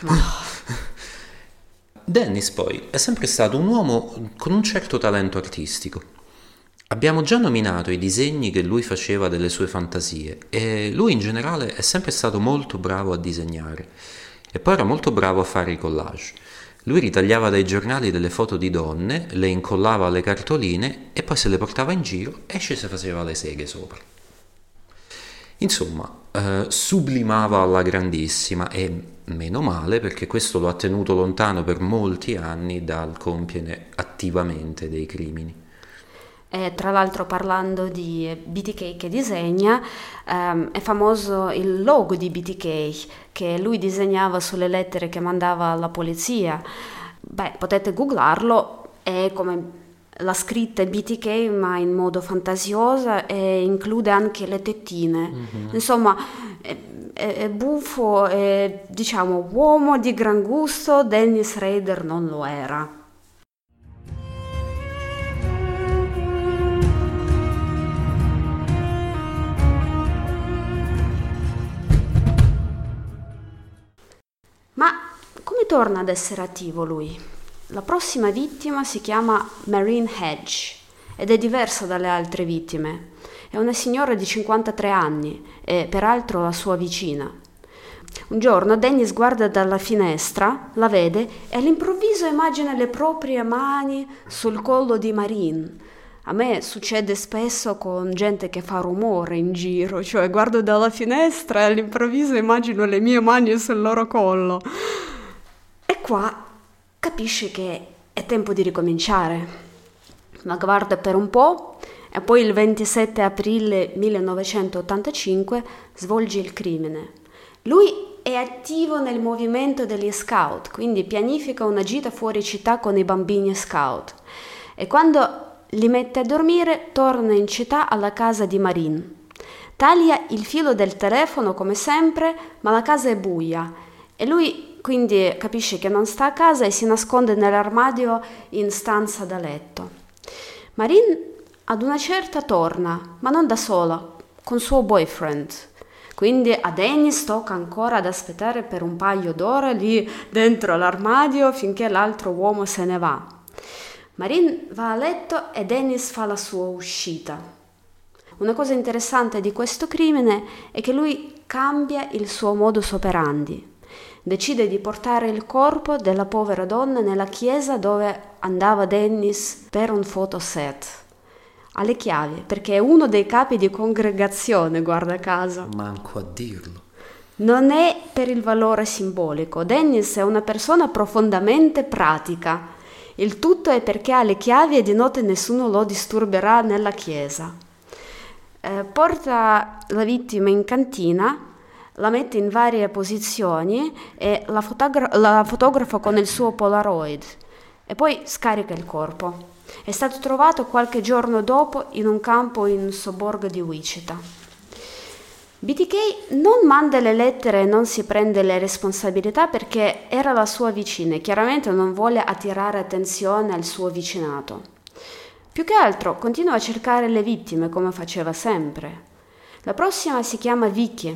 Dennis poi è sempre stato un uomo con un certo talento artistico. Abbiamo già nominato i disegni che lui faceva delle sue fantasie e lui in generale è sempre stato molto bravo a disegnare e poi era molto bravo a fare i collage. Lui ritagliava dai giornali delle foto di donne, le incollava alle cartoline e poi se le portava in giro e ci si faceva le seghe sopra. Insomma, sublimava alla grandissima e meno male perché questo lo ha tenuto lontano per molti anni dal compiere attivamente dei crimini. E tra l'altro parlando di BTK che disegna, è famoso il logo di BTK che lui disegnava sulle lettere che mandava alla polizia. Beh, potete googlarlo, è come la scritta BTK ma in modo fantasiosa e include anche le tettine. Insomma, è buffo e diciamo uomo di gran gusto. Dennis Rader non lo era. Ma come torna ad essere attivo lui? La prossima vittima si chiama Marine Hedge ed è diversa dalle altre vittime. È una signora di 53 anni e peraltro la sua vicina. Un giorno Dennis guarda dalla finestra, la vede e all'improvviso immagina le proprie mani sul collo di Marine. A me succede spesso con gente che fa rumore in giro, cioè guardo dalla finestra e all'improvviso immagino le mie mani sul loro collo. E qua capisce che è tempo di ricominciare. La guarda per un po' e poi il 27 aprile 1985 svolge il crimine. Lui è attivo nel movimento degli scout, quindi pianifica una gita fuori città con i bambini scout. E quando li mette a dormire, torna in città alla casa di Marine. Taglia il filo del telefono come sempre, ma la casa è buia e lui quindi capisce che non sta a casa e si nasconde nell'armadio in stanza da letto. Marine ad una certa torna, ma non da sola, con suo boyfriend. Quindi a Dennis tocca ancora ad aspettare per un paio d'ore lì dentro l'armadio finché l'altro uomo se ne va. Marine va a letto e Dennis fa la sua uscita. Una cosa interessante di questo crimine è che lui cambia il suo modus operandi. Decide di portare il corpo della povera donna nella chiesa dove andava Dennis per un fotoset. Ha le chiavi perché è uno dei capi di congregazione, guarda caso. Manco a dirlo. Non è per il valore simbolico. Dennis è una persona profondamente pratica. Il tutto è perché ha le chiavi e di notte nessuno lo disturberà nella chiesa. Porta la vittima in cantina, la mette in varie posizioni e la fotografa con il suo Polaroid e poi scarica il corpo. È stato trovato qualche giorno dopo in un campo in sobborgo di Wichita. BTK non manda le lettere e non si prende le responsabilità perché era la sua vicina e chiaramente non vuole attirare attenzione al suo vicinato. Più che altro continua a cercare le vittime come faceva sempre. La prossima si chiama Vicky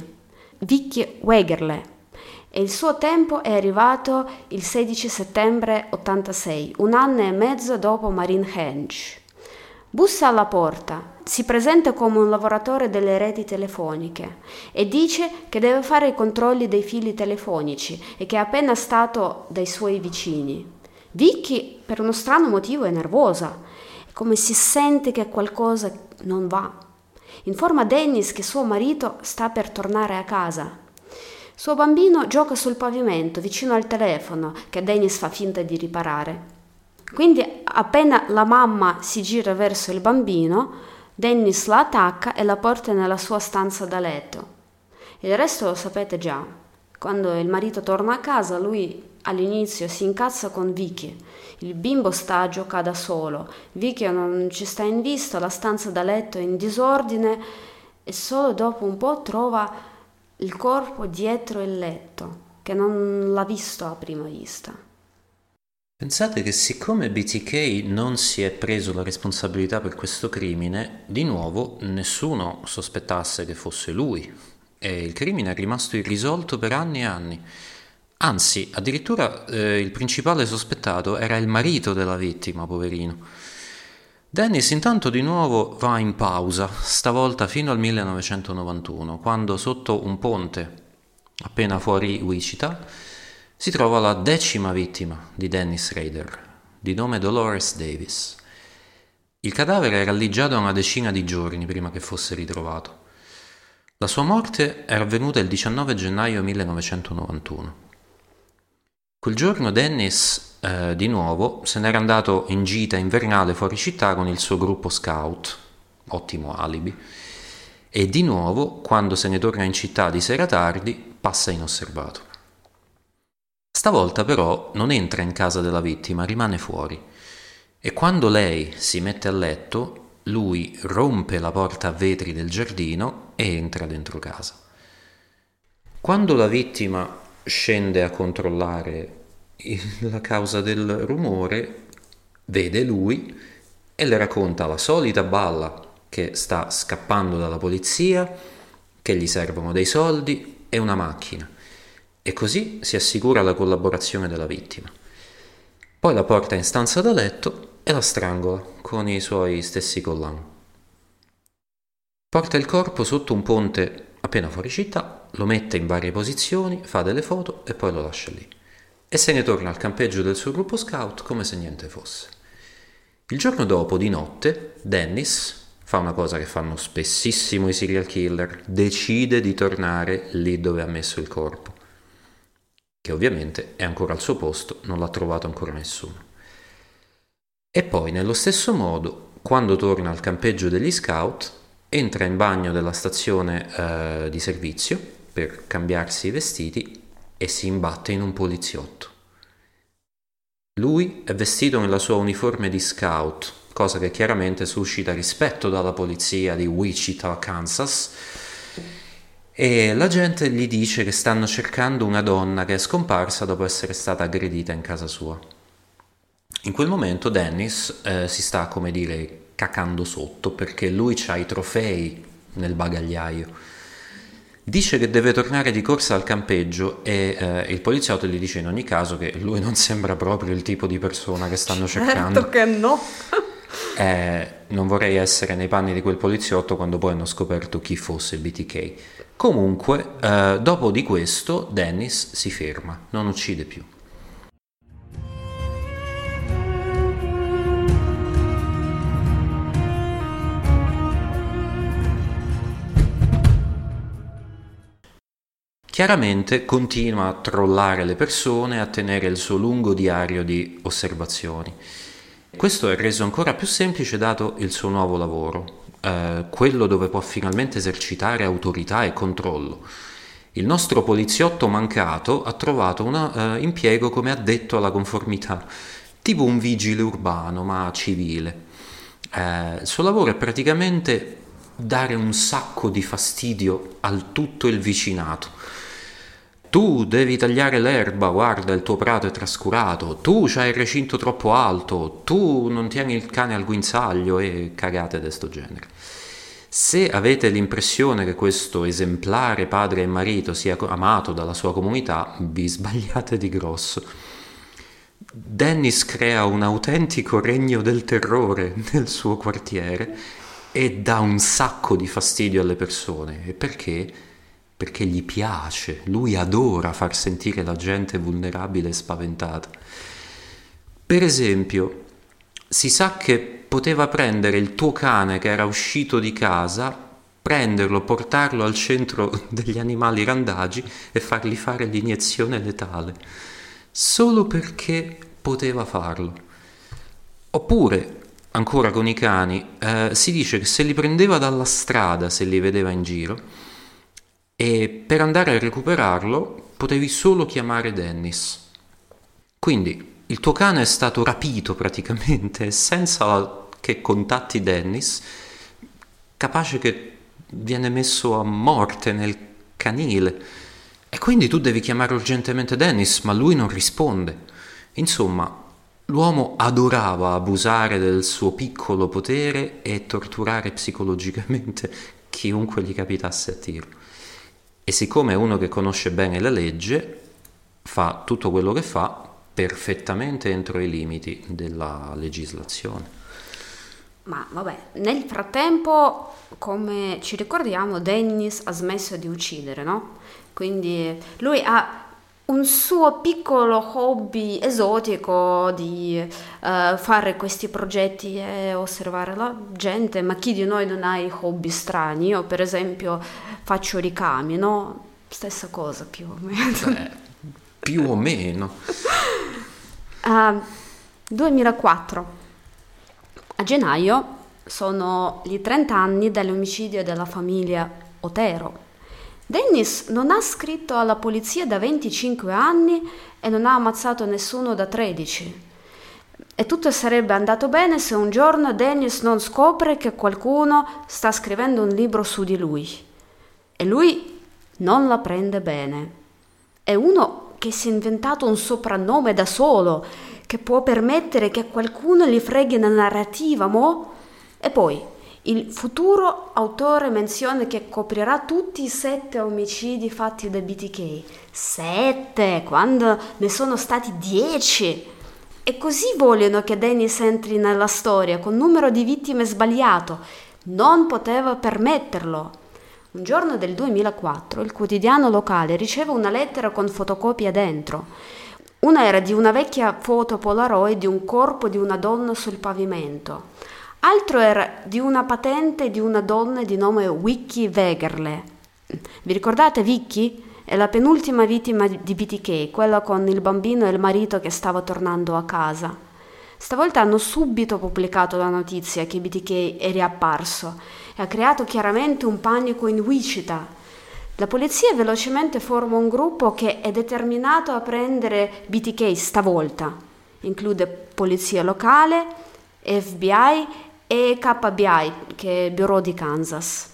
Wegerle e il suo tempo è arrivato il 16 settembre 86, un anno e mezzo dopo Marine Hedge. Bussa alla porta, si presenta come un lavoratore delle reti telefoniche e dice che deve fare i controlli dei fili telefonici e che è appena stato dai suoi vicini. Vicky, per uno strano motivo, è nervosa, è come si sente che qualcosa non va. Informa Dennis che suo marito sta per tornare a casa. Suo bambino gioca sul pavimento vicino al telefono che Dennis fa finta di riparare. Quindi appena la mamma si gira verso il bambino, Dennis la attacca e la porta nella sua stanza da letto. Il resto lo sapete già. Quando il marito torna a casa, lui all'inizio si incazza con Vicky. Il bimbo sta a giocare da solo. Vicky non ci sta in vista, la stanza da letto è in disordine e solo dopo un po' trova il corpo dietro il letto, che non l'ha visto a prima vista. Pensate che siccome BTK non si è preso la responsabilità per questo crimine, di nuovo nessuno sospettasse che fosse lui e il crimine è rimasto irrisolto per anni e anni. Anzi, addirittura il principale sospettato era il marito della vittima, poverino. Dennis intanto di nuovo va in pausa, stavolta fino al 1991, quando sotto un ponte appena fuori Wichita si trova la 10ª vittima di Dennis Rader, di nome Dolores Davis. Il cadavere era lì già da una decina di giorni prima che fosse ritrovato. La sua morte era avvenuta il 19 gennaio 1991. Quel giorno Dennis, di nuovo, se n'era andato in gita invernale fuori città con il suo gruppo scout, ottimo alibi, e di nuovo, quando se ne torna in città di sera tardi, passa inosservato. Stavolta però non entra in casa della vittima, rimane fuori e quando lei si mette a letto, lui rompe la porta a vetri del giardino e entra dentro casa. Quando la vittima scende a controllare la causa del rumore, vede lui e le racconta la solita balla, che sta scappando dalla polizia, che gli servono dei soldi e una macchina, e così si assicura la collaborazione della vittima. Poi la porta in stanza da letto e la strangola con i suoi stessi collan. Porta il corpo sotto un ponte appena fuori città, lo mette in varie posizioni, fa delle foto e poi lo lascia lì. E se ne torna al campeggio del suo gruppo scout come se niente fosse. Il giorno dopo, di notte, Dennis fa una cosa che fanno spessissimo i serial killer: decide di tornare lì dove ha messo il corpo, che ovviamente è ancora al suo posto, non l'ha trovato ancora nessuno. E poi, nello stesso modo, quando torna al campeggio degli scout, entra in bagno della stazione di servizio per cambiarsi i vestiti e si imbatte in un poliziotto. Lui è vestito nella sua uniforme di scout, cosa che chiaramente suscita rispetto dalla polizia di Wichita, Kansas, e la gente gli dice che stanno cercando una donna che è scomparsa dopo essere stata aggredita in casa sua. In quel momento Dennis si sta, come dire, cacando sotto, perché lui c'ha i trofei nel bagagliaio. Dice che deve tornare di corsa al campeggio e il poliziotto gli dice in ogni caso che lui non sembra proprio il tipo di persona che stanno cercando. Certo che no! Non vorrei essere nei panni di quel poliziotto quando poi hanno scoperto chi fosse BTK. Comunque, dopo di questo, Dennis si ferma, non uccide più. Chiaramente continua a trollare le persone, a tenere il suo lungo diario di osservazioni. Questo è reso ancora più semplice dato il suo nuovo lavoro, quello dove può finalmente esercitare autorità e controllo. Il nostro poliziotto mancato ha trovato un impiego come addetto alla conformità, tipo un vigile urbano ma civile. Il suo lavoro è praticamente dare un sacco di fastidio al tutto il vicinato. Tu devi tagliare l'erba, guarda, il tuo prato è trascurato, tu c'hai il recinto troppo alto, tu non tieni il cane al guinzaglio e cagate di sto genere. Se avete l'impressione che questo esemplare padre e marito sia amato dalla sua comunità, vi sbagliate di grosso. Dennis crea un autentico regno del terrore nel suo quartiere e dà un sacco di fastidio alle persone. E perché? Perché gli piace, lui adora far sentire la gente vulnerabile e spaventata. Per esempio, si sa che poteva prendere il tuo cane che era uscito di casa, prenderlo, portarlo al centro degli animali randagi e fargli fare l'iniezione letale, solo perché poteva farlo. Oppure, ancora con i cani, si dice che se li prendeva dalla strada, se li vedeva in giro, e per andare a recuperarlo potevi solo chiamare Dennis. Quindi il tuo cane è stato rapito praticamente senza che contatti Dennis, capace che viene messo a morte nel canile, e quindi tu devi chiamare urgentemente Dennis, ma lui non risponde. Insomma, l'uomo adorava abusare del suo piccolo potere e torturare psicologicamente chiunque gli capitasse a tiro. E siccome è uno che conosce bene la legge, fa tutto quello che fa perfettamente entro i limiti della legislazione. Ma vabbè, nel frattempo, come ci ricordiamo, Dennis ha smesso di uccidere, no? Quindi lui ha un suo piccolo hobby esotico di fare questi progetti e osservare la gente, ma chi di noi non ha i hobby strani? Io per esempio faccio ricami, no? Stessa cosa più o meno. Più o meno. 2004, a gennaio sono i 30 anni dall'omicidio della famiglia Otero. Dennis non ha scritto alla polizia da 25 anni e non ha ammazzato nessuno da 13. E tutto sarebbe andato bene se un giorno Dennis non scopre che qualcuno sta scrivendo un libro su di lui. E lui non la prende bene. È uno che si è inventato un soprannome da solo, che può permettere che qualcuno gli freghi la narrativa, mo? E poi il futuro autore menziona che coprirà tutti i 7 omicidi fatti da BTK. 7, quando ne sono stati 10. E così vogliono che Dennis entri nella storia con numero di vittime sbagliato. Non poteva permetterlo. Un giorno del 2004 il quotidiano locale riceve una lettera con fotocopia dentro. Una era di una vecchia foto Polaroid di un corpo di una donna sul pavimento. Altro era di una patente di una donna di nome Vicky Wegerle. Vi ricordate Vicky? È la penultima vittima di BTK, quella con il bambino e il marito che stava tornando a casa. Stavolta hanno subito pubblicato la notizia che BTK è riapparso e ha creato chiaramente un panico in Wichita. La polizia velocemente forma un gruppo che è determinato a prendere BTK stavolta. Include polizia locale, FBI e KBI, che è Bureau di Kansas.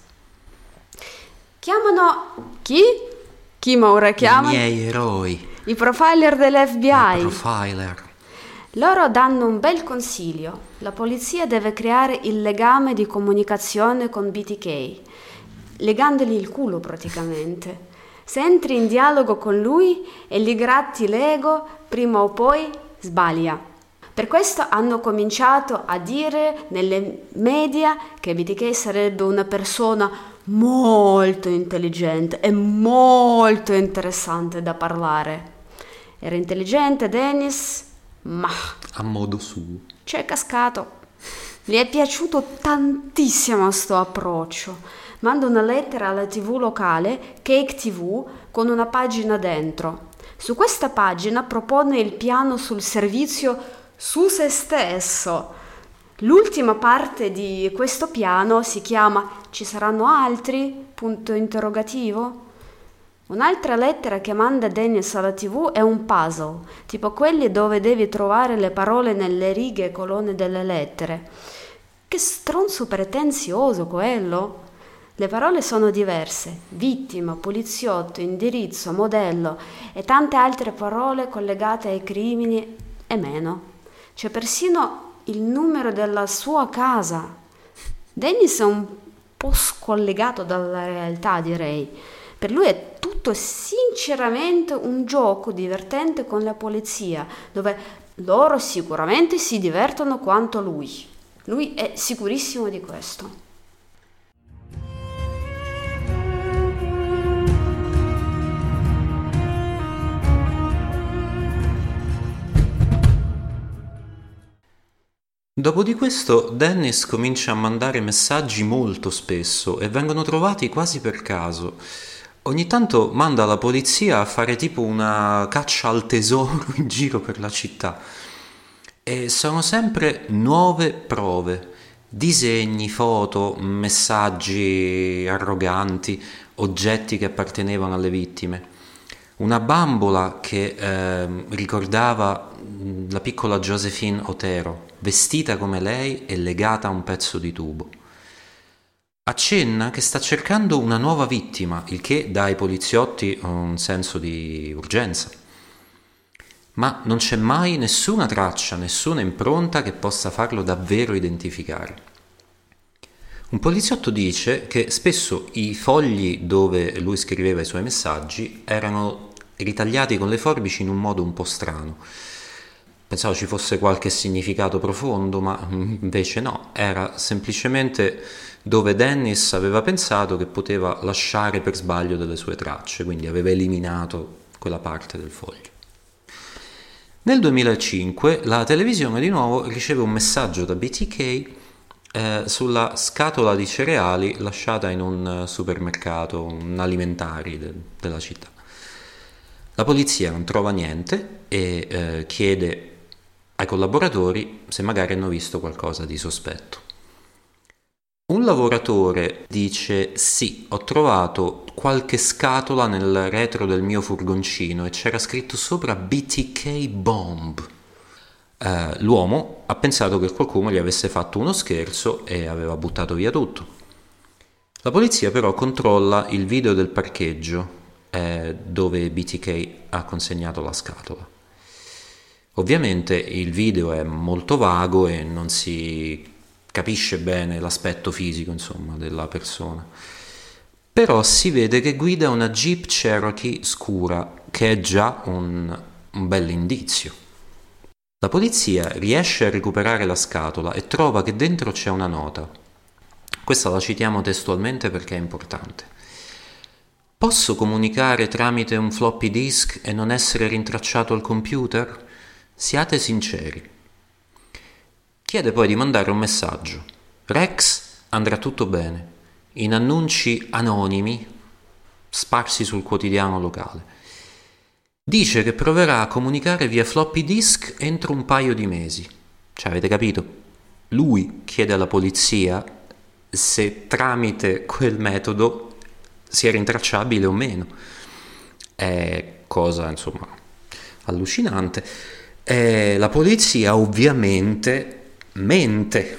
Chiamano chi? Chi Maura chiama? I miei eroi. I profiler dell'FBI. I profiler. Loro danno un bel consiglio. La polizia deve creare il legame di comunicazione con BTK, legandogli il culo praticamente. Se entri in dialogo con lui e gli gratti l'ego, prima o poi sbaglia. Per questo hanno cominciato a dire nelle media che BTK sarebbe una persona molto intelligente e molto interessante da parlare. Era intelligente Dennis, ma a modo suo. c'è cascato. Gli è piaciuto tantissimo sto approccio. Manda una lettera alla TV locale, Cake TV, con una pagina dentro. Su questa pagina propone il piano sul servizio su se stesso. L'ultima parte di questo piano si chiama Ci saranno altri? Punto interrogativo. Un'altra lettera che manda Dennis alla TV è un puzzle, tipo quelli dove devi trovare le parole nelle righe e colonne delle lettere. Che stronzo pretenzioso quello! Le parole sono diverse: vittima, poliziotto, indirizzo, modello e tante altre parole collegate ai crimini e meno. C'è persino il numero della sua casa. Dennis è un po' scollegato dalla realtà, direi. Per lui è tutto sinceramente un gioco divertente con la polizia, dove loro sicuramente si divertono quanto lui. Lui è sicurissimo di questo. Dopo di questo, Dennis comincia a mandare messaggi molto spesso e vengono trovati quasi per caso. Ogni tanto manda la polizia a fare tipo una caccia al tesoro in giro per la città. E sono sempre nuove prove, disegni, foto, messaggi arroganti, oggetti che appartenevano alle vittime. Una bambola che ricordava la piccola Josephine Otero, vestita come lei e legata a un pezzo di tubo. Accenna che sta cercando una nuova vittima, il che dà ai poliziotti un senso di urgenza. Ma non c'è mai nessuna traccia, nessuna impronta che possa farlo davvero identificare. Un poliziotto dice che spesso i fogli dove lui scriveva i suoi messaggi erano ritagliati con le forbici in un modo un po' strano. Pensavo ci fosse qualche significato profondo, ma invece no, era semplicemente dove Dennis aveva pensato che poteva lasciare per sbaglio delle sue tracce, quindi aveva eliminato quella parte del foglio. Nel 2005 la televisione di nuovo riceve un messaggio da BTK sulla scatola di cereali lasciata in un supermercato, un alimentari della città. La polizia non trova niente e chiede ai collaboratori se magari hanno visto qualcosa di sospetto. Un lavoratore dice: sì, ho trovato qualche scatola nel retro del mio furgoncino e c'era scritto sopra BTK Bomb. l'uomo ha pensato che qualcuno gli avesse fatto uno scherzo e aveva buttato via tutto. La polizia però controlla il video del parcheggio dove BTK ha consegnato la scatola. Ovviamente il video è molto vago e non si capisce bene l'aspetto fisico, insomma, della persona. Però si vede che guida una Jeep Cherokee scura, che è già un bel indizio. La polizia riesce a recuperare la scatola e trova che dentro c'è una nota. Questa la citiamo testualmente perché è importante. Posso comunicare tramite un floppy disk e non essere rintracciato al computer? Siate sinceri. Chiede poi di mandare un messaggio. Rex, andrà tutto bene. In annunci anonimi sparsi sul quotidiano locale. Dice che proverà a comunicare via floppy disk entro un paio di mesi. Cioè, avete capito? Lui chiede alla polizia se tramite quel metodo sia rintracciabile o meno. È cosa, insomma, allucinante. La polizia ovviamente mente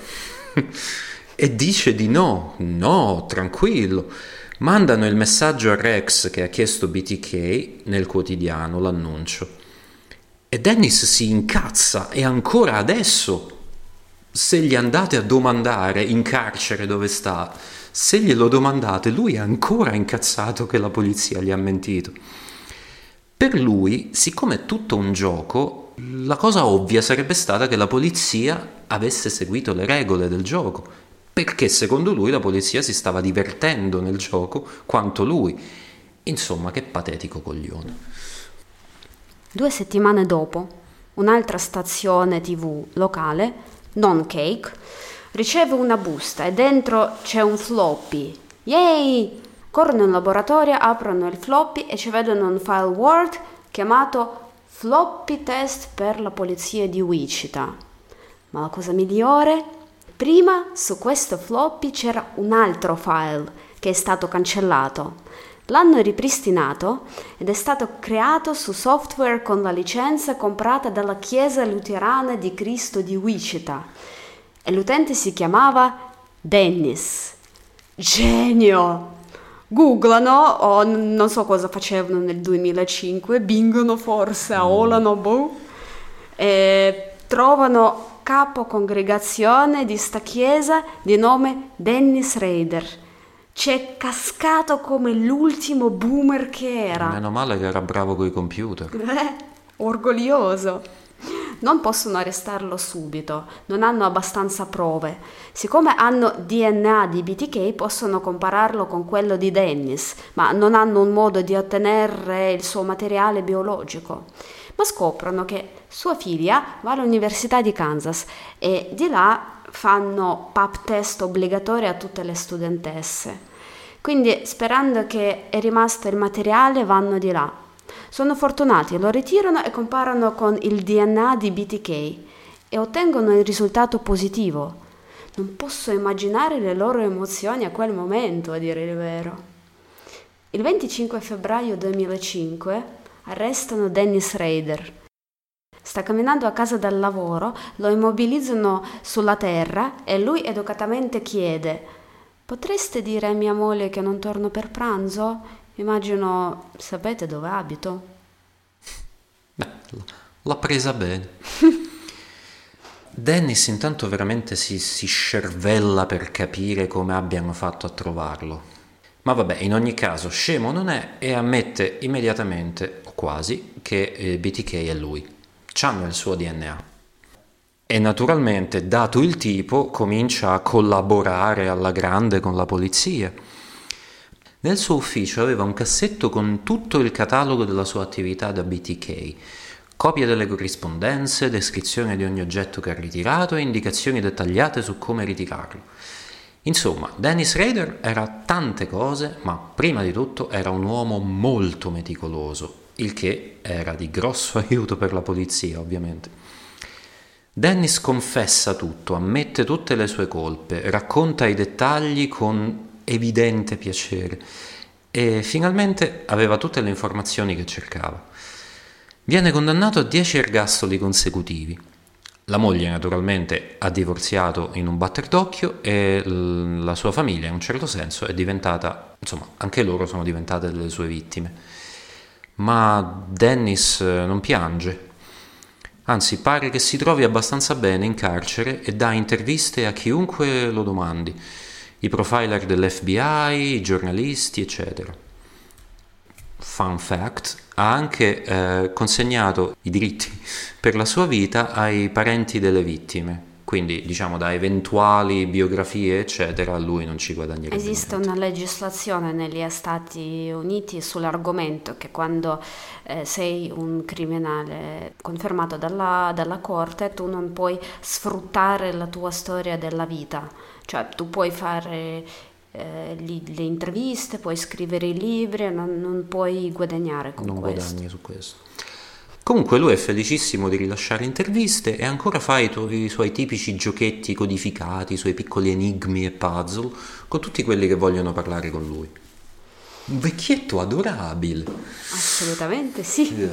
e dice di no, tranquillo. Mandano il messaggio a Rex che ha chiesto BTK nel quotidiano, l'annuncio. E Dennis si incazza e ancora adesso, se gli andate a domandare in carcere dove sta, se glielo domandate, lui è ancora incazzato che la polizia gli ha mentito. Per lui, siccome è tutto un gioco, la cosa ovvia sarebbe stata che la polizia avesse seguito le regole del gioco, perché secondo lui la polizia si stava divertendo nel gioco quanto lui. Insomma, che patetico coglione. 2 settimane dopo, un'altra stazione TV locale, non Cake, riceve una busta e dentro c'è un floppy. Yay! Corrono in laboratorio, aprono il floppy e ci vedono un file Word chiamato Floppy Test per la polizia di Wichita. Ma la cosa migliore? Prima su questo floppy c'era un altro file che è stato cancellato. L'hanno ripristinato ed è stato creato su software con la licenza comprata dalla Chiesa Luterana di Cristo di Wichita e l'utente si chiamava Dennis. Genio! Googlano o non so cosa facevano nel 2005, bingono forse, aolano, boh, e trovano capo congregazione di sta chiesa di nome Dennis Rader. C'è cascato come l'ultimo boomer che era. Meno male che era bravo coi computer. Orgoglioso. Non possono arrestarlo subito, non hanno abbastanza prove. Siccome hanno DNA di BTK possono compararlo con quello di Dennis, ma non hanno un modo di ottenere il suo materiale biologico. Ma scoprono che sua figlia va all'Università di Kansas e di là fanno pap test obbligatori a tutte le studentesse. Quindi, sperando che è rimasto il materiale, vanno di là. Sono fortunati, lo ritirano e comparano con il DNA di BTK e ottengono il risultato positivo. Non posso immaginare le loro emozioni a quel momento, a dire il vero. Il 25 febbraio 2005 arrestano Dennis Rader. Sta camminando a casa dal lavoro, lo immobilizzano sulla terra e lui educatamente chiede: «Potreste dire a mia moglie che non torno per pranzo? Immagino sapete dove abito». Beh, l'ha presa bene. Dennis intanto veramente si scervella per capire come abbiano fatto a trovarlo. Ma vabbè, in ogni caso, scemo non è e ammette immediatamente, o quasi, che BTK è lui. C'hanno il suo DNA. E naturalmente, dato il tipo, comincia a collaborare alla grande con la polizia. Nel suo ufficio aveva un cassetto con tutto il catalogo della sua attività da BTK, copie delle corrispondenze, descrizione di ogni oggetto che ha ritirato e indicazioni dettagliate su come ritirarlo. Insomma, Dennis Rader era tante cose, ma prima di tutto era un uomo molto meticoloso, il che era di grosso aiuto per la polizia, ovviamente. Dennis confessa tutto, ammette tutte le sue colpe, racconta i dettagli con evidente piacere e finalmente aveva tutte le informazioni che cercava. Viene condannato a 10 ergastoli consecutivi. La moglie naturalmente ha divorziato in un batter d'occhio e la sua famiglia in un certo senso è diventata, insomma, anche loro sono diventate delle sue vittime. Ma Dennis non piange, anzi pare che si trovi abbastanza bene in carcere e dà interviste a chiunque lo domandi, i profiler dell'FBI, i giornalisti, eccetera. Fun fact, ha anche consegnato i diritti per la sua vita ai parenti delle vittime, quindi diciamo da eventuali biografie eccetera a lui non ci guadagnerebbe Esiste niente. una legislazione negli Stati Uniti sull'argomento che quando sei un criminale confermato dalla corte tu non puoi sfruttare la tua storia della vita, cioè tu puoi fare le interviste, puoi scrivere i libri, non puoi guadagnare con Non questo. guadagni su questo. Comunque lui è felicissimo di rilasciare interviste e ancora fa i suoi tipici giochetti codificati, i suoi piccoli enigmi e puzzle con tutti quelli che vogliono parlare con lui. Un vecchietto adorabile. Assolutamente sì.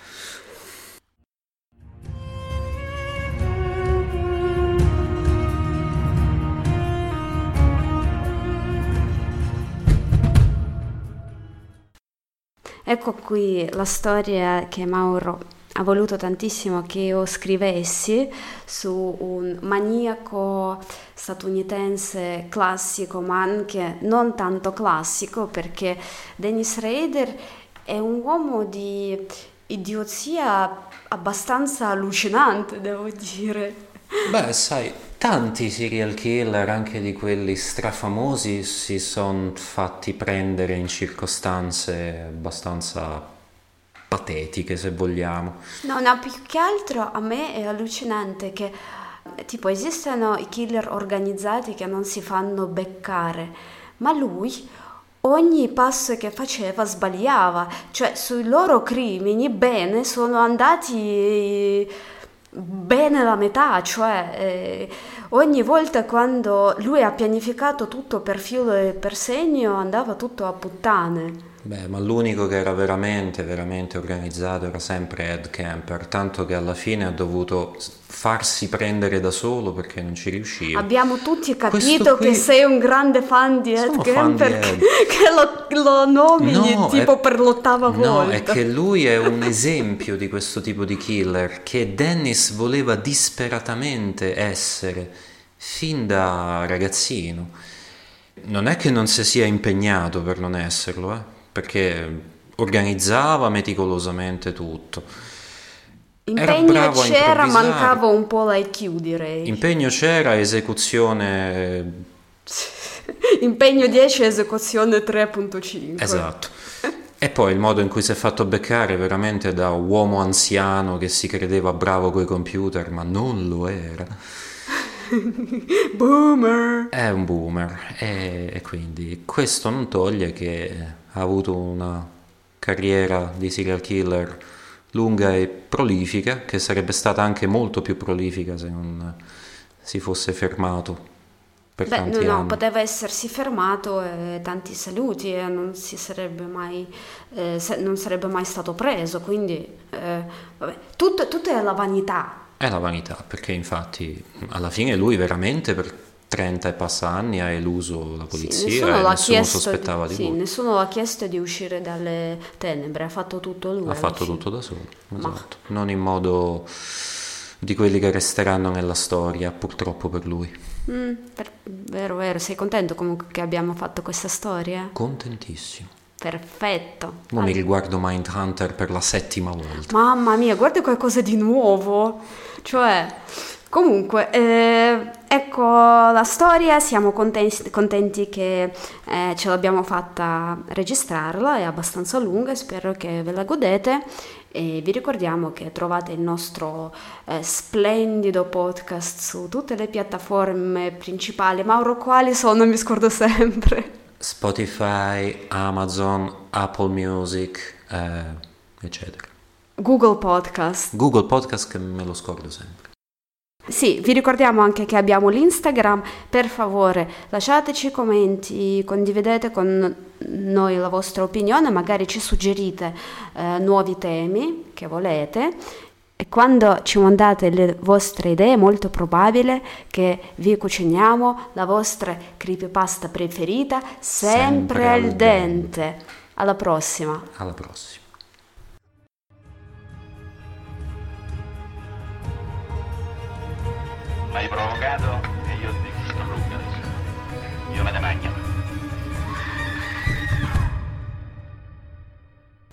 Ecco qui la storia che Mauro ha voluto tantissimo che io scrivessi su un maniaco statunitense classico, ma anche non tanto classico, perché Dennis Rader è un uomo di idiozia abbastanza allucinante, devo dire. Beh, sai, tanti serial killer, anche di quelli strafamosi, si sono fatti prendere in circostanze abbastanza patetiche, se vogliamo. No, più che altro a me è allucinante che tipo esistono i killer organizzati che non si fanno beccare, ma lui ogni passo che faceva sbagliava, cioè sui loro crimini bene sono andati bene la metà, cioè ogni volta quando lui ha pianificato tutto per filo e per segno andava tutto a puttane. Beh, ma l'unico che era veramente, veramente organizzato era sempre Ed Kemper, tanto che alla fine ha dovuto farsi prendere da solo perché non ci riusciva. Abbiamo tutti Questo capito qui- che sei un grande fan di Ed Sono fan di Kemper, Ed. che lo nomini No, tipo è- per l'ottava No, volta. è che lui è un esempio di questo tipo di killer che Dennis voleva disperatamente essere fin da ragazzino. Non è che non si sia impegnato per non esserlo, perché organizzava meticolosamente tutto. Era Impegno bravo a c'era, improvvisare. mancava un po' l'IQ, direi. Impegno c'era, esecuzione... Impegno 10, esecuzione 3.5. Esatto. E poi il modo in cui si è fatto beccare veramente da uomo anziano che si credeva bravo coi computer, ma non lo era. Boomer. È un boomer e quindi questo non toglie che ha avuto una carriera di serial killer lunga e prolifica, che sarebbe stata anche molto più prolifica se non si fosse fermato per Beh, tanti no, anni. poteva essersi fermato e tanti saluti e non si sarebbe mai, non sarebbe mai stato preso, quindi vabbè, tutto è la vanità. È la vanità, perché infatti alla fine lui veramente per 30 e passa anni ha eluso la polizia e nessuno sospettava di lui. Nessuno l'ha chiesto di uscire dalle tenebre, ha fatto tutto lui. Ha alla fatto fine. tutto da solo, esatto. Non in modo di quelli che resteranno nella storia, purtroppo per lui. Vero, sei contento comunque che abbiamo fatto questa storia? Contentissimo. Perfetto. Ora mi riguardo Mindhunter per la 7ª volta. Mamma mia, guarda qualcosa di nuovo. Cioè, comunque, ecco la storia, siamo contenti che ce l'abbiamo fatta registrarla, è abbastanza lunga, spero che ve la godete e vi ricordiamo che trovate il nostro splendido podcast su tutte le piattaforme principali. Mauro, quali sono? Mi scordo sempre. Spotify, Amazon, Apple Music, eccetera. Google Podcast. Google Podcast che me lo scordo sempre. Sì, vi ricordiamo anche che abbiamo l'Instagram, per favore lasciateci commenti, condividete con noi la vostra opinione, magari ci suggerite nuovi temi che volete E quando ci mandate le vostre idee è molto probabile che vi cuciniamo la vostra creepypasta preferita sempre al dente. Alla prossima. Alla prossima. M'hai provocato e io ti distruggo.